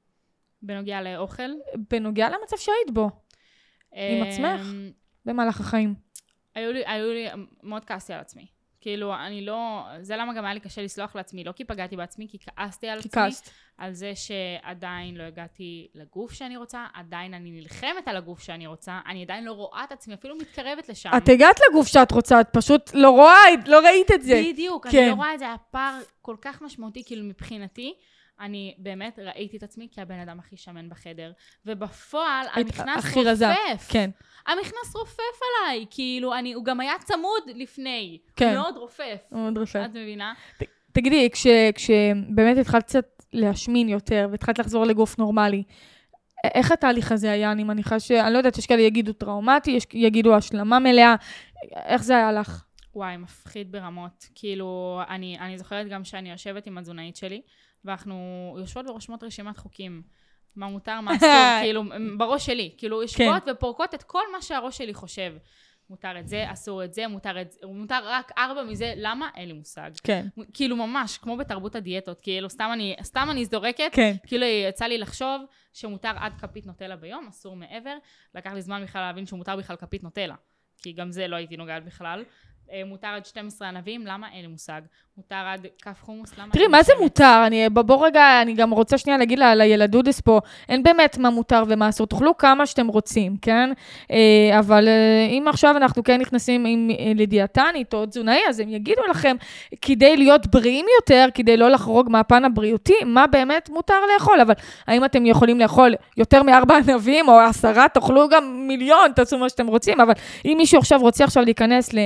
C: בנוגע לאוכל?
B: בנוגע למצב שהיית בו. עם עצמך? במהלך החיים.
C: היו לי מאוד כעסתי על עצמי. כאילו, אני לא... זה למה גם היה לי קשה לסלוח לעצמי. לא כי פגעתי בעצמי, כי כעסתי על עצמי. על זה שעדיין לא הגעתי לגוף שאני רוצה, עדיין אני נלחמת על הגוף שאני רוצה, אני עדיין לא רואה את עצמי, אפילו מתקרבת לשם.
B: את הגעת לגוף שאת רוצה, את פשוט לא ראית את זה.
C: בדיוק, אני לא רואה את זה, הפער כל כך משמעותי, כאילו מבחינתי, אני באמת ראיתי את עצמי כהבן אדם הכי שמן בחדר, ובפועל המכנס רופף.
B: כן.
C: המכנס רופף עליי, כאילו, הוא גם היה צמוד לפני.
B: כן.
C: מאוד רופף.
B: מאוד רופף.
C: את מבינה?
B: תגידי, כשבאמת התחלת קצת להשמין יותר, והתחלת לחזור לגוף נורמלי, איך התהליך הזה היה? אני מניחה אני לא יודעת, יש כאלה יגידו טראומטי, יש יגידו השלמה מלאה, איך זה היה לך?
C: וואי, מפחיד ברמות. כאילו, אני זוכרת גם שאני יושבת עם התזונאית שלי, ואנחנו יושבות ורושמות רשימת חוקים. מה מותר, מה אסור, כאילו, בראש שלי. כאילו, יושבות ופורקות את כל מה שהראש שלי חושב. מותר את זה, אסור את זה, מותר רק 4 מזה, למה? אין לי מושג.
B: כן.
C: כאילו, ממש, כמו בתרבות הדיאטות, כאילו, סתם אני זורקת,
B: כן.
C: כאילו, יצא לי לחשוב שמותר עד כפית נוטלה ביום, אסור מעבר. לקח לי זמן בכלל להבין שמותר בכלל כפית נוטלה, כי גם זה לא הייתי נוגעת בכלל. מותר עד 12 ענבים, למה? אין לי מושג. מותר עד כף חומוס, למה?
B: תראי, מה זה מותר? בוא רגע, אני גם רוצה שנייה להגיד לילדודס פה, אין באמת מה מותר ומה אסור, תאכלו כמה שאתם רוצים, כן? אבל אם עכשיו אנחנו כן נכנסים לדיאטנית או תזונאי, אז הם יגידו לכם, כדי להיות בריאים יותר, כדי לא לחרוג מהפן הבריאותי, מה באמת מותר לאכול? אבל האם אתם יכולים לאכול יותר מ4 ענבים או 10, תאכלו גם 1,000,000, תעשו מה שאתם רוצים, אבל אם מישהו עכשיו רוצה להיכנס ללא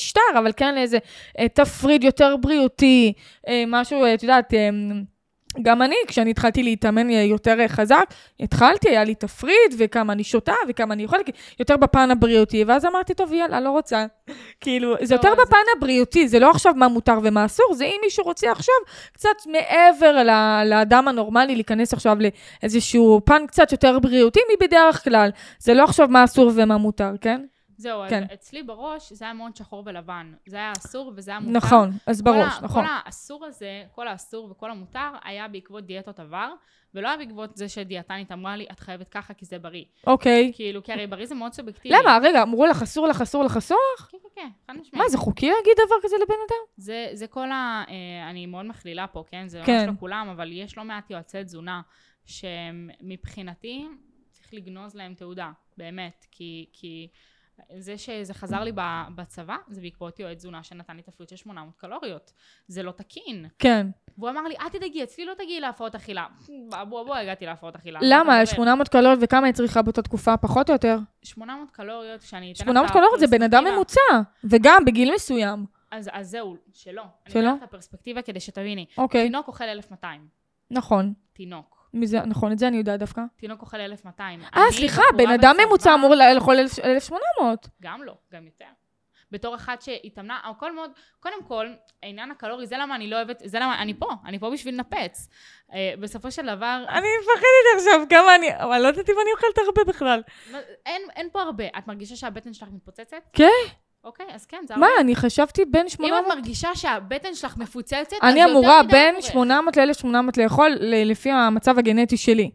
B: משטר, אבל כן לאיזה תפריד יותר בריאותי, משהו, את יודעת, גם אני, כשאני התחלתי להתאמן יותר חזק, היה לי תפריד, וכמה אני שותה, וכמה אני יכולה, יותר בפן הבריאותי, ואז אמרתי, טוב, יאללה, לא רוצה. כאילו, זה יותר בפן הבריאותי, זה לא עכשיו מה מותר ומה אסור, זה אם מישהו רוצה עכשיו, קצת מעבר לאדם הנורמלי, להיכנס עכשיו לאיזשהו פן קצת יותר בריאותי מבדרך כלל. זה לא עכשיו מה אסור ומה מותר, כן?
C: זהו,
B: כן.
C: אז אצלי בראש זה היה מאוד שחור ולבן. זה היה אסור וזה היה מותר.
B: נכון, אז בראש, נכון.
C: כל האסור הזה, כל האסור וכל המותר, היה בעקבות דיאטות עבר, ולא היה בעקבות זה שדיאטנית אמרה לי, את חייבת ככה כי זה בריא.
B: אוקיי.
C: כאילו, כי הרי בריא זה מאוד סובייקטיבי.
B: למה? רגע, אמרו לך אסור לך, אסור לך, אסור לך?
C: כן, כן, כן, חד משמעית.
B: מה, זה חוקי להגיד דבר כזה לבן אדם?
C: זה כל אני מאוד מכלילה פה, כן? זה ממש לא כולם, אבל יש לא מעט יועצי תזונה, שמבחינתי צריך לגנוז להם תעודה, באמת, כי זה שזה חזר לי בצבא, זה בעקבות יועץ תזונה שנתן לי תפריט של 800 קלוריות. זה לא תקין.
B: כן.
C: והוא אמר לי, תדאגי, אצלי לא תגיעי להפרעות אכילה. בוא, הגעתי להפרעות אכילה.
B: למה? 800 קלוריות וכמה היא צריכה באותה תקופה? פחות או יותר?
C: 800 קלוריות, כשאני אתן
B: 800 קלוריות זה בן אדם ממוצע, וגם בגיל מסוים.
C: אז זהו, שלא.
B: שלא?
C: אני אתן את הפרספקטיבה כדי שתביני.
B: אוקיי.
C: תינוק אוכל 1200.
B: נכון.
C: תינוק.
B: נכון, את זה אני יודעת דווקא.
C: תינוק אוכל 1200.
B: סליחה, בן אדם ממוצע אמור לאכול 1800.
C: גם לא, גם יותר. בתור אחת שהתאמנה, הכל מאוד, קודם כל, העניין הקלורי, זה למה אני לא אוהבת, זה למה אני פה בשביל לנפץ. בסופו של דבר...
B: אני מפחדת עכשיו, כמה אני, אבל לא יודעת אם אני אוכלת הרבה בכלל.
C: אין פה הרבה. את מרגישה שהבטן שלך מתפוצצת?
B: כן.
C: אוקיי, אז כן, זה הרבה.
B: מה, אני חשבתי בין 800...
C: אם את מרגישה שהבטן שלך מפוצצת,
B: אני אמורה בין 800 ל-1800 לאכול לפי המצב הגנטי שלי.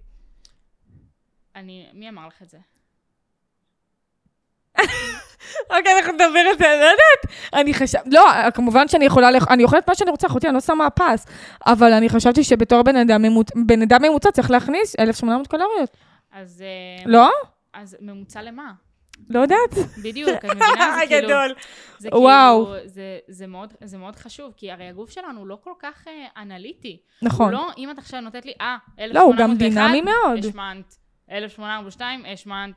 C: מי אמר לך את זה?
B: אוקיי, אנחנו נדברת, לא יודעת. לא, כמובן שאני יכולה, אני אוכלת מה שאני רוצה, אחותי, אני לא שמה פס. אבל אני חשבתי שבתור בן אדם ממוצע צריך להכניס 1800 קלוריות.
C: אז...
B: לא?
C: אז ממוצע למה?
B: לא יודעת.
C: בדיוק, את מבינה? זה כאילו...
B: גדול.
C: זה
B: וואו.
C: כאילו, זה מאוד חשוב, כי הרי הגוף שלנו לא כל כך אנליטי.
B: נכון.
C: הוא לא, אם את עכשיו נותנת לי, 1801,
B: לא, הוא גם דינמי מאוד.
C: השמנת, 1802, השמנת,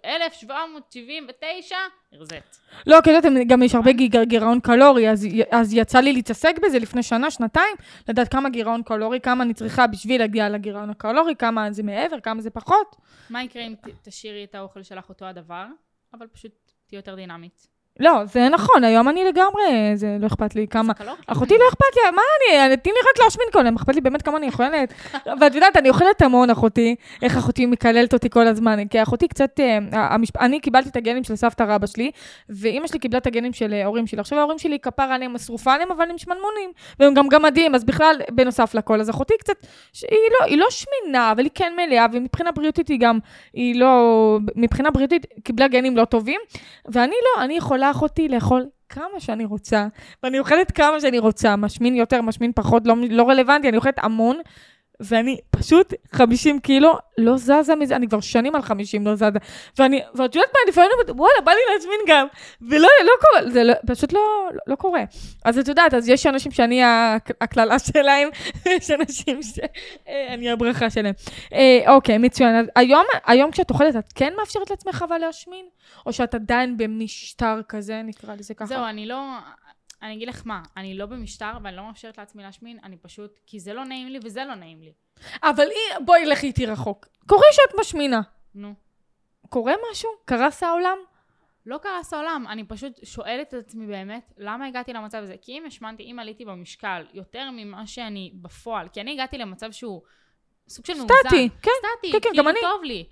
C: 1779, הרזת.
B: לא, כי יודעת, גם יש הרבה גירעון קלורי, אז יצא לי להתעסק בזה לפני שנה, שנתיים, לדעת כמה גירעון קלורי, כמה אני צריכה בשביל להגיע לגירעון הקלורי, כמה זה מעבר, כמה זה פחות.
C: מה יקרה אם תשאירי את האוכל שלך אותו הדבר, אבל פשוט תהיה יותר דינמית?
B: לא, זה נכון, היום אני לגמרי, זה לא אכפת לי כמה. אחותי לא אכפת לי, מה תני לי רק להשמין כל היום, אכפת לי באמת כמה אני אוכלת. ואת יודעת, אני אוכלת המון אחותי, איך אחותי מקללת אותי כל הזמן, כי אחותי קצת, אני קיבלתי את הגנים של סבתא רבא שלי, ואמא שלי קיבלה את הגנים של ההורים שלי. עכשיו ההורים שלי כפר עליהם, שרופה עליהם, אבל הם שמנמונים, והם גם גמדים, אז בכלל, בנוסף לכל, אז אחותי קצת, היא לא שמינה, אבל היא כן מלאה, ומבחינה בריאותית היא גם, היא לא, מבחינה בריאותית קיבלה גנים לא טובים, ואני לא, אני יכולה אחותי לאכול כמה שאני רוצה, ואני אוכלת כמה שאני רוצה, משמין יותר, משמין פחות, לא רלוונטי, אני אוכלת המון, ואני פשוט 50 קילו לא זזה מזה, אני כבר שנים על 50 לא זזה, ואת יודעת מה, לפעמים וואלה, בא לי להשמין גם, ולא קורה, זה פשוט לא קורה. אז את יודעת, אז יש אנשים שאני הכללה שלהם, יש אנשים שאני הברכה שלהם. אוקיי, מצוין. אז היום כשאת אוכלת, את כן מאפשרת לעצמך אבל להשמין? או שאת עדיין במשטר כזה, נקרא לזה ככה?
C: זהו, אני אגיד לך מה, אני לא במשטר ואני לא מאפשרת לעצמי להשמין, אני פשוט, כי זה לא נעים לי וזה לא נעים לי.
B: אבל בואי לכי איתי רחוק. קורה שאת משמינה.
C: נו.
B: קורה משהו? קרס העולם?
C: לא קרס העולם, אני פשוט שואלת את עצמי באמת, למה הגעתי למצב הזה? כי אם השמנתי, אם עליתי במשקל יותר ממה שאני בפועל, כי אני הגעתי למצב שהוא סוג של מאוזן.
B: סטטי, כן.
C: סטטי,
B: כן,
C: כאילו
B: גם אני.
C: טוב לי.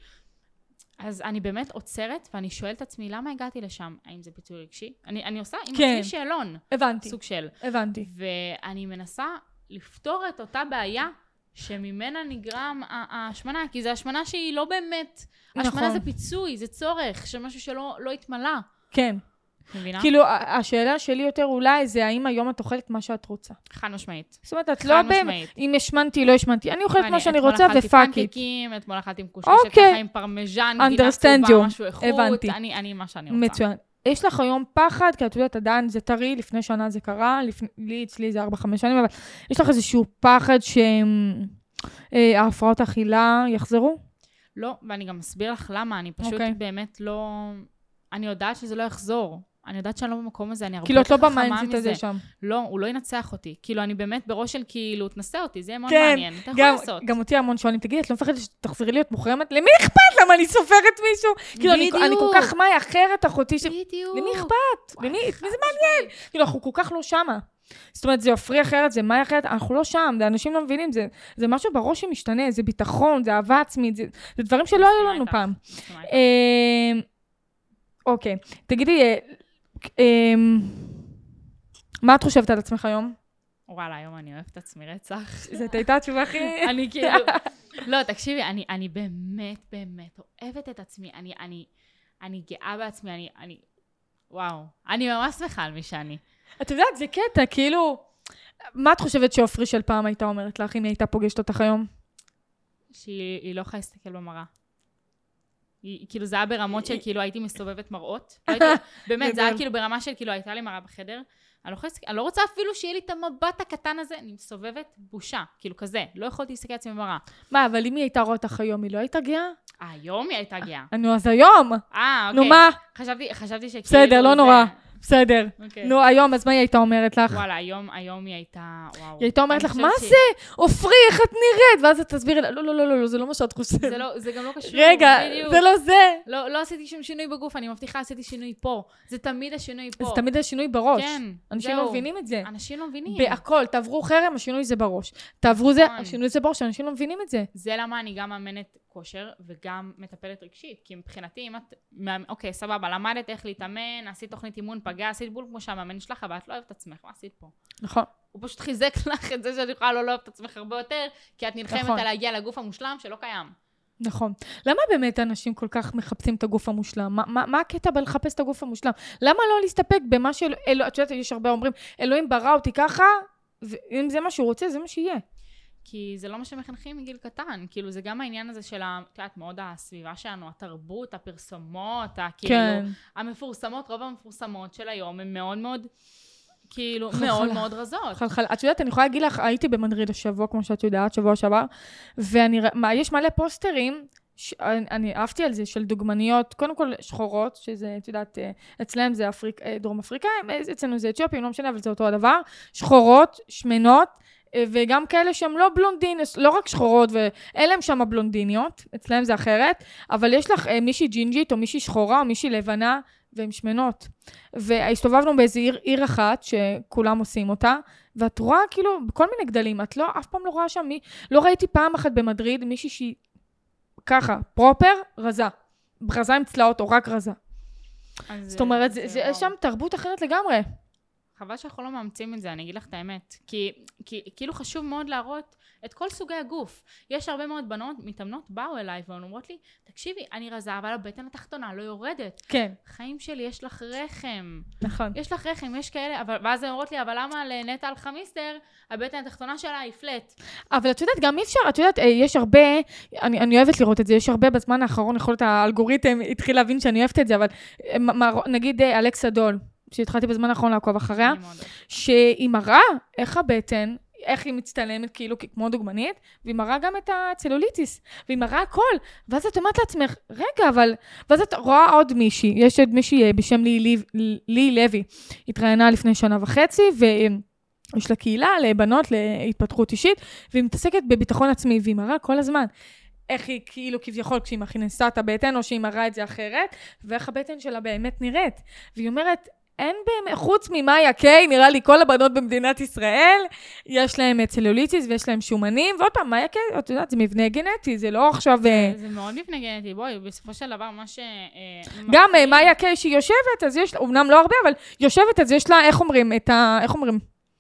C: אז אני באמת עוצרת, ואני שואלת את עצמי, למה הגעתי לשם? האם זה פיצוי רגשי? אני עושה עם עצמי שאלון.
B: הבנתי.
C: סוג של.
B: הבנתי.
C: ואני מנסה לפתור את אותה בעיה, שממנה נגרם ההשמנה, כי זו השמנה שהיא לא באמת, השמנה זה פיצוי, זה צורך, שמשהו שלא התמלא.
B: כן.
C: מבינה?
B: כאילו, השאלה שלי יותר אולי זה האם היום את אוכלת מה שאת רוצה.
C: חד משמעית.
B: זאת אומרת, את לא באמת, אם השמנתי, לא השמנתי. אני אוכלת מה שאני רוצה ופאק איט.
C: אתמול אכלתי פנקקים, אתמול אכלתי מקוששת ככה עם פרמיז'ן, גינה צהובה, משהו איכות. אני מה שאני רוצה.
B: מצוין. יש לך היום פחד, כי את יודעת, עדיין זה טרי, לפני שנה זה קרה, אצלי זה 4-5 שנים, אבל יש לך איזשהו פחד שההפרעות אכילה יחזרו?
C: לא, ואני גם אסביר לך למה, אני פשוט באמת לא... אני יודעת שזה לא יחזור. אני יודעת שאני לא במקום הזה, אני הרבה
B: כאילו, את לא
C: חכמה
B: במיינדסט הזה שם.
C: לא, הוא לא ינצח אותי. כאילו, אני באמת בראש של כאילו, תנסה אותי, זה יהיה מאוד מעניין. אתה יכול לעשות.
B: גם אותי המון שואלים, תגידי, את לא מפחדת שתחזרי להיות מוחרמת? למי אכפת? למה אני סופרת מישהו? כאילו, אני כל כך מאי אחרת, אחותי ש...
C: בדיוק.
B: למי אכפת? מי זה מעניין? כאילו, אנחנו כל כך לא שמה. זאת אומרת, זה עופרי אחרת, זה מאי אחרת, אנחנו לא שם, זה אנשים לא מבינים, זה משהו בראש שמשתנה, זה ביטחון, זה אהבה עצמית, זה דברים שלא היו לנו פעם. אוקיי, תגידי, מה את חושבת על עצמך היום?
C: וואלה, היום אני אוהבת את עצמי רצח.
B: זאת הייתה התשובה הכי...
C: אני כאילו... לא, תקשיבי, אני באמת אוהבת את עצמי, אני גאה בעצמי, וואו, אני ממש שמחה על מי שאני.
B: את יודעת, זה קטע, כאילו... מה את חושבת שעופרי של פעם הייתה אומרת לך, אם היא הייתה פוגשת אותך היום?
C: שהיא לא יכולה להסתכל במראה. כאילו זה היה ברמות של כאילו הייתי מסובבת מראות. באמת, זה היה כאילו ברמה של כאילו הייתה לי מראה בחדר. אני לא רוצה אפילו שיהיה לי את המבט הקטן הזה, אני מסובבת בושה, כאילו כזה, לא יכולתי להסתכל עצמי במראה.
B: מה, אבל אם היא הייתה רואה אותך היום, היא לא הייתה גאה?
C: היום היא הייתה גאה.
B: נו, אז היום.
C: אוקיי.
B: נו, מה?
C: חשבתי שכאילו...
B: בסדר, לא נורא. בסדר. נו, היום, אז מה היא הייתה אומרת לך?
C: וואלה, היום היא הייתה... וואו.
B: היא הייתה אומרת לך, מה זה? עופרי, איך את נראית? ואז את תסבירי לה, לא, זה לא מה שאת חושבת.
C: זה גם לא קשור.
B: רגע, זה לא זה.
C: לא עשיתי שום שינוי בגוף, אני מבטיחה, עשיתי שינוי פה. זה תמיד השינוי פה.
B: זה תמיד השינוי בראש.
C: כן,
B: אנשים לא מבינים את זה.
C: אנשים לא מבינים.
B: בהכל, תעברו חרם, השינוי זה בראש. תעברו זה, השינוי זה בראש, אנשים לא מבינים את זה.
C: זה למה אני גם מאמנת כושר וגם מטפלת רגשית, כי מבחינתי, אם את, אוקיי, סבבה, למדת איך להתאמן, עשית תוכנית אימון, פגע, עשית בול כמו שהמאמן שלך, אבל את לא אוהבת את עצמך, מה עשית פה?
B: נכון.
C: הוא פשוט חיזק לך את זה שאת יכולה לא אוהבת את עצמך הרבה יותר, כי את נלחמת על להגיע לגוף המושלם שלא קיים.
B: נכון. למה באמת אנשים כל כך מחפשים את הגוף המושלם? מה הקטע בלחפש את הגוף המושלם? למה לא להסתפק במה את יודעת, יש הרבה אומרים, אלוהים ברא אותי ככה, ואם זה מה שהוא רוצה, זה מה שיהיה.
C: כי זה לא מה שמחנכים מגיל קטן, כאילו זה גם העניין הזה של, את יודעת, מאוד הסביבה שלנו, התרבות, הפרסומות, כאילו, המפורסמות, רוב המפורסמות של היום, הן מאוד מאוד, כאילו, מאוד מאוד רזות.
B: את יודעת, אני יכולה להגיד לך, הייתי במדריד השבוע, כמו שאת יודעת, שבוע שעבר, ויש מלא פוסטרים, אני אהבתי על זה, של דוגמניות, קודם כל שחורות, שזה, את יודעת, אצלם זה דרום אפריקה, אצלנו זה אתיופים, לא משנה, אבל זה אותו הדבר, שחורות, שמנות, וגם כאלה שהן לא בלונדיניות, לא רק שחורות, ואין להם שם בלונדיניות, אצלהם זה אחרת, אבל יש לך מישהי ג'ינג'ית, או מישהי שחורה, או מישהי לבנה, והן שמנות. והסתובבנו באיזו עיר אחת, שכולם עושים אותה, ואת רואה כאילו, בכל מיני גדלים, את לא, אף פעם לא רואה שם, לא ראיתי פעם אחת במדריד, מישהי שהיא ככה, פרופר, רזה. רזה עם צלעות, או רק רזה. זאת אומרת, יש שם תרבות אחרת לגמרי.
C: חבל שאנחנו לא מאמצים את זה, אני אגיד לך את האמת. כי כאילו חשוב מאוד להראות את כל סוגי הגוף. יש הרבה מאוד בנות, מתאמנות, באו אליי ואומרות לי, תקשיבי, אני רזה, אבל הבטן התחתונה לא יורדת. כן. חיים שלי, יש לך רחם.
B: נכון.
C: יש לך רחם, יש כאלה, ואז הן אומרות לי, אבל למה לנטע אלחמיסטר, הבטן התחתונה שלה היא פלט?
B: אבל את יודעת, גם אי אפשר, את יודעת, יש הרבה, אני אוהבת לראות את זה, יש הרבה בזמן האחרון, יכול להיות האלגוריתם התחיל להבין שאני אוהבת את זה, אבל נגיד אלכסה דול, שהתחלתי בזמן האחרון לעקוב אחריה, שהיא מראה איך הבטן, איך היא מצטלמת כאילו כמו דוגמנית, והיא מראה גם את הצלוליטיס, והיא מראה הכל, ואז את אומרת לעצמך, רגע, אבל, ואז את רואה עוד מישהי, יש עוד מישהי בשם לי לוי, התראיינה לפני 1.5 שנה, ויש לה קהילה לבנות, להתפתחות אישית, והיא מתעסקת בביטחון עצמי, והיא מראה כל הזמן, איך היא כאילו כביכול כשהיא מכניסה את הבטן, או שהיא מראה את זה אחרת, ואיך הבטן שלה באמת נראית. והיא אומרת, אין באמת, חוץ ממאיה קיי, נראה לי כל הבנות במדינת ישראל, יש להם צלוליטיס ויש להם שומנים, ועוד פעם, מאיה קיי, את יודעת, זה מבנה גנטי, זה לא עכשיו...
C: זה מאוד מבנה גנטי, בואי, בסופו של דבר, מה ש...
B: גם מאיה קיי שהיא יושבת, אז יש לה, אומנם לא הרבה, אבל יושבת, אז יש לה, איך אומרים, איך אומרים?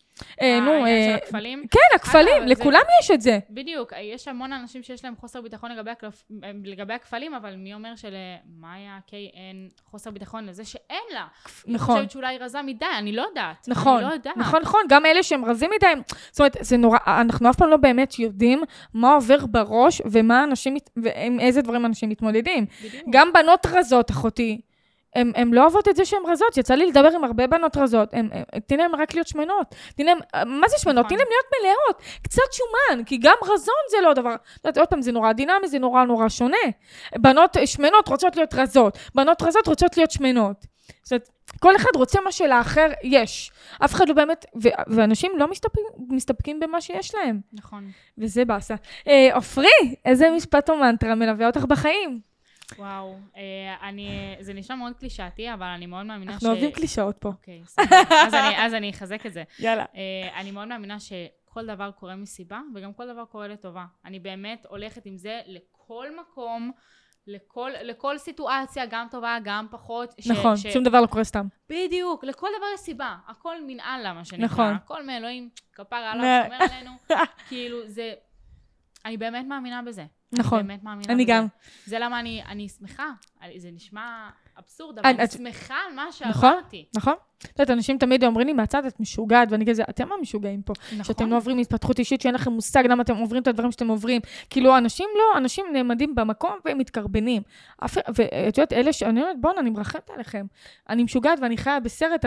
C: של הכפלים?
B: כן, הכפלים, לכולם יש את זה.
C: בדיוק, יש המון אנשים שיש להם חוסר ביטחון לגבי הכפלים, אבל מי אומר שלמאיה קיי אין חוסר ביטחון לזה שאין לה?
B: נכון.
C: אני חושבת שאולי רזה מדי, אני לא יודעת.
B: נכון, נכון, גם אלה שהם רזים מדי, זאת אומרת, זה נורא, אנחנו אף פעם לא באמת יודעים מה עובר בראש, ועם איזה דברים אנשים מתמודדים. גם בנות רזות, אחותי, הן לא אוהבות את זה שהן רזות, יצא לי לדבר עם הרבה בנות רזות, תני להם רק להיות שמנות, מה זה שמנות? תני להם להיות מלאות, קצת שומן, כי גם רזון זה לא דבר, עוד פעם זה נורא דינמי, זה נורא שונה, בנות שמנות רוצות להיות רזות, בנות רזות רוצות להיות שמנות, זאת אומרת, כל אחד רוצה מה שלאחר יש. אף אחד לא באמת, ואנשים לא מסתפקים במה שיש להם.
C: נכון.
B: וזה בעשה. עופרי, איזה משפט או מנטרה מלווה אותך בחיים?
C: וואו, זה נשמע מאוד קלישאתי, אבל אני מאוד מאמינה
B: אנחנו אוהבים קלישאות פה.
C: אוקיי, סבבה. אז אני אחזק את זה.
B: יאללה.
C: אני מאוד מאמינה שכל דבר קורה מסיבה, וגם כל דבר קורה לטובה. אני באמת הולכת עם זה לכל מקום, לכל סיטואציה, גם טובה, גם פחות.
B: נכון, שום דבר לא קורה סתם.
C: בדיוק, לכל דבר יש סיבה. הכל מנהל לה, מה שנקרא.
B: נכון.
C: הכל מאלוהים, כפר עליו, שומר עלינו. כאילו, זה... אני באמת מאמינה בזה.
B: נכון.
C: אני באמת מאמינה
B: אני
C: בזה.
B: גם.
C: זה למה אני שמחה. זה נשמע אבסורד, אבל אני שמחה על מה שעברתי.
B: נכון. את יודעת, אנשים תמיד אומרים לי מהצד, את משוגעת, ואני כזה, אתם המשוגעים פה. נכון. שאתם לא עוברים התפתחות אישית, שאין לכם מושג למה אתם עוברים את הדברים שאתם עוברים. כאילו, אנשים נעמדים במקום והם מתקרבנים. ואת יודעת, אני אומרת, בואו, אני מרחמת עליכם. אני משוגעת ואני חיה בסרט,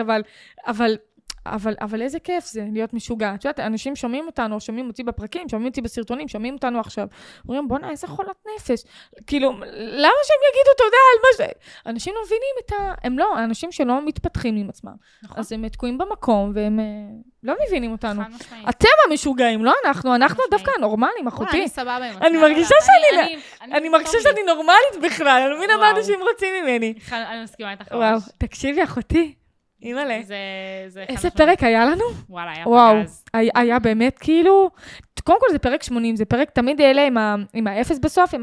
B: אבל איזה כיף זה להיות משוגע. את יודעת, אנשים שומעים אותנו, שומעים אותי בפרקים, שומעים אותי בסרטונים, שומעים אותנו עכשיו. אומרים, בוא'נה, איזה חולת נפש. כאילו, למה שהם יגידו תודה על מה ש... אנשים לא מבינים הם לא, אנשים שלא מתפתחים עם עצמם. נכון. אז הם תקועים במקום, והם לא מבינים אותנו. אתם המשוגעים, לא אנחנו דווקא הנורמלים, אחותי.
C: אני סבבה עם עצמם.
B: אני מרגישה שאני נורמלית בכלל, אני לא מבינה מה אנשים רוצים ממני.
C: אני מסכימה איתך.
B: וואו, תקשיבי, אחותי. אימאלה.
C: זה
B: איזה פרק היה לנו?
C: וואלה, היה
B: פגז. היה באמת כאילו, קודם כל זה פרק 80, זה פרק תמיד אלה עם האפס בסוף,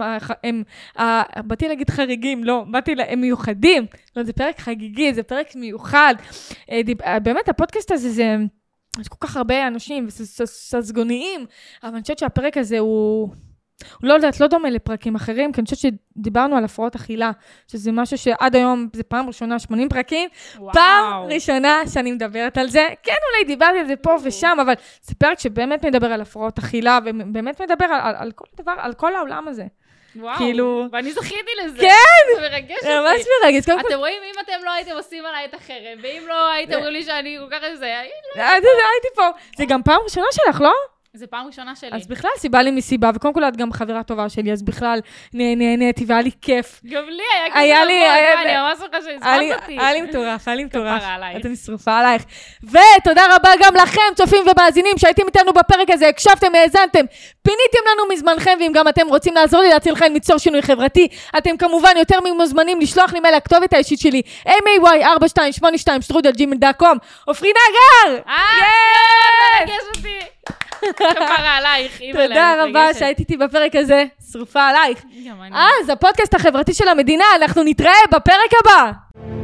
B: באתי להגיד חריגים, לא, הם מיוחדים, זה פרק חגיגי, זה פרק מיוחד. באמת הפודקאסט הזה, יש כל כך הרבה אנשים וססגוניים, אבל אני חושבת שהפרק הזה הוא לא יודעת, לא דומה לפרקים אחרים, כי אני חושבת שדיברנו על הפרעות אכילה, שזה משהו שעד היום, זה פעם ראשונה, 80 פרקים, פעם ראשונה שאני מדברת על זה, כן, אולי דיברתי על זה פה ושם, אבל זה פרק שבאמת מדבר על הפרעות אכילה, ובאמת מדבר על כל דבר, על כל העולם הזה.
C: וואו,
B: כאילו...
C: ואני זכיתי לזה.
B: כן!
C: זה מרגש אותי.
B: ממש מרגש.
C: אתם רואים, אם אתם לא הייתם עושים עליי את החרם, ואם לא הייתם אומרים לי שאני כל כך איזה...
B: הייתי פה. זה גם פעם ראשונה שלך, לא?
C: זה פעם ראשונה שלי.
B: אז בכלל סיבה לי מסיבה, וקודם כל את גם חברה טובה שלי, אז בכלל נהניתי והיה לי כיף.
C: גם לי היה כיף, אני ממש שמחה שהזמנת אותי.
B: היה לי מטורף,
C: כפרה עלייך.
B: אתה נשרפה עלייך. ותודה רבה גם לכם, צופים ומאזינים, שהייתם איתנו בפרק הזה, הקשבתם, האזנתם, פיניתם לנו מזמנכם, ואם גם אתם רוצים לעזור לי להציל לכם ליצור שינוי חברתי, אתם כמובן יותר ממוזמנים לשלוח לי מייל לכתובת האישית שלי, may4282@gmail.com. עופרי נגר!
C: מרגש אותי. כפרה עלייך.
B: תודה רבה שהיית איתי בפרק הזה, שרופה עלייך. אז הפודקאסט החברתי של המדינה, אנחנו נתראה בפרק הבא.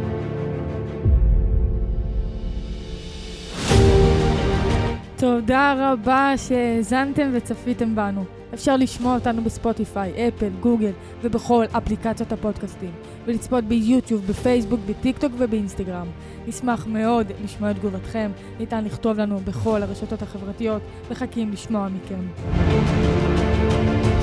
B: תודה רבה שהאזנתם וצפיתם בנו. אפשר לשמוע אותנו בספוטיפיי, אפל, גוגל ובכל אפליקציות הפודקאסטים, ולצפות ביוטיוב, בפייסבוק, בטיקטוק ובאינסטגרם. נשמח מאוד לשמוע את תגובתכם, ניתן לכתוב לנו בכל הרשתות החברתיות, מחכים לשמוע מכם.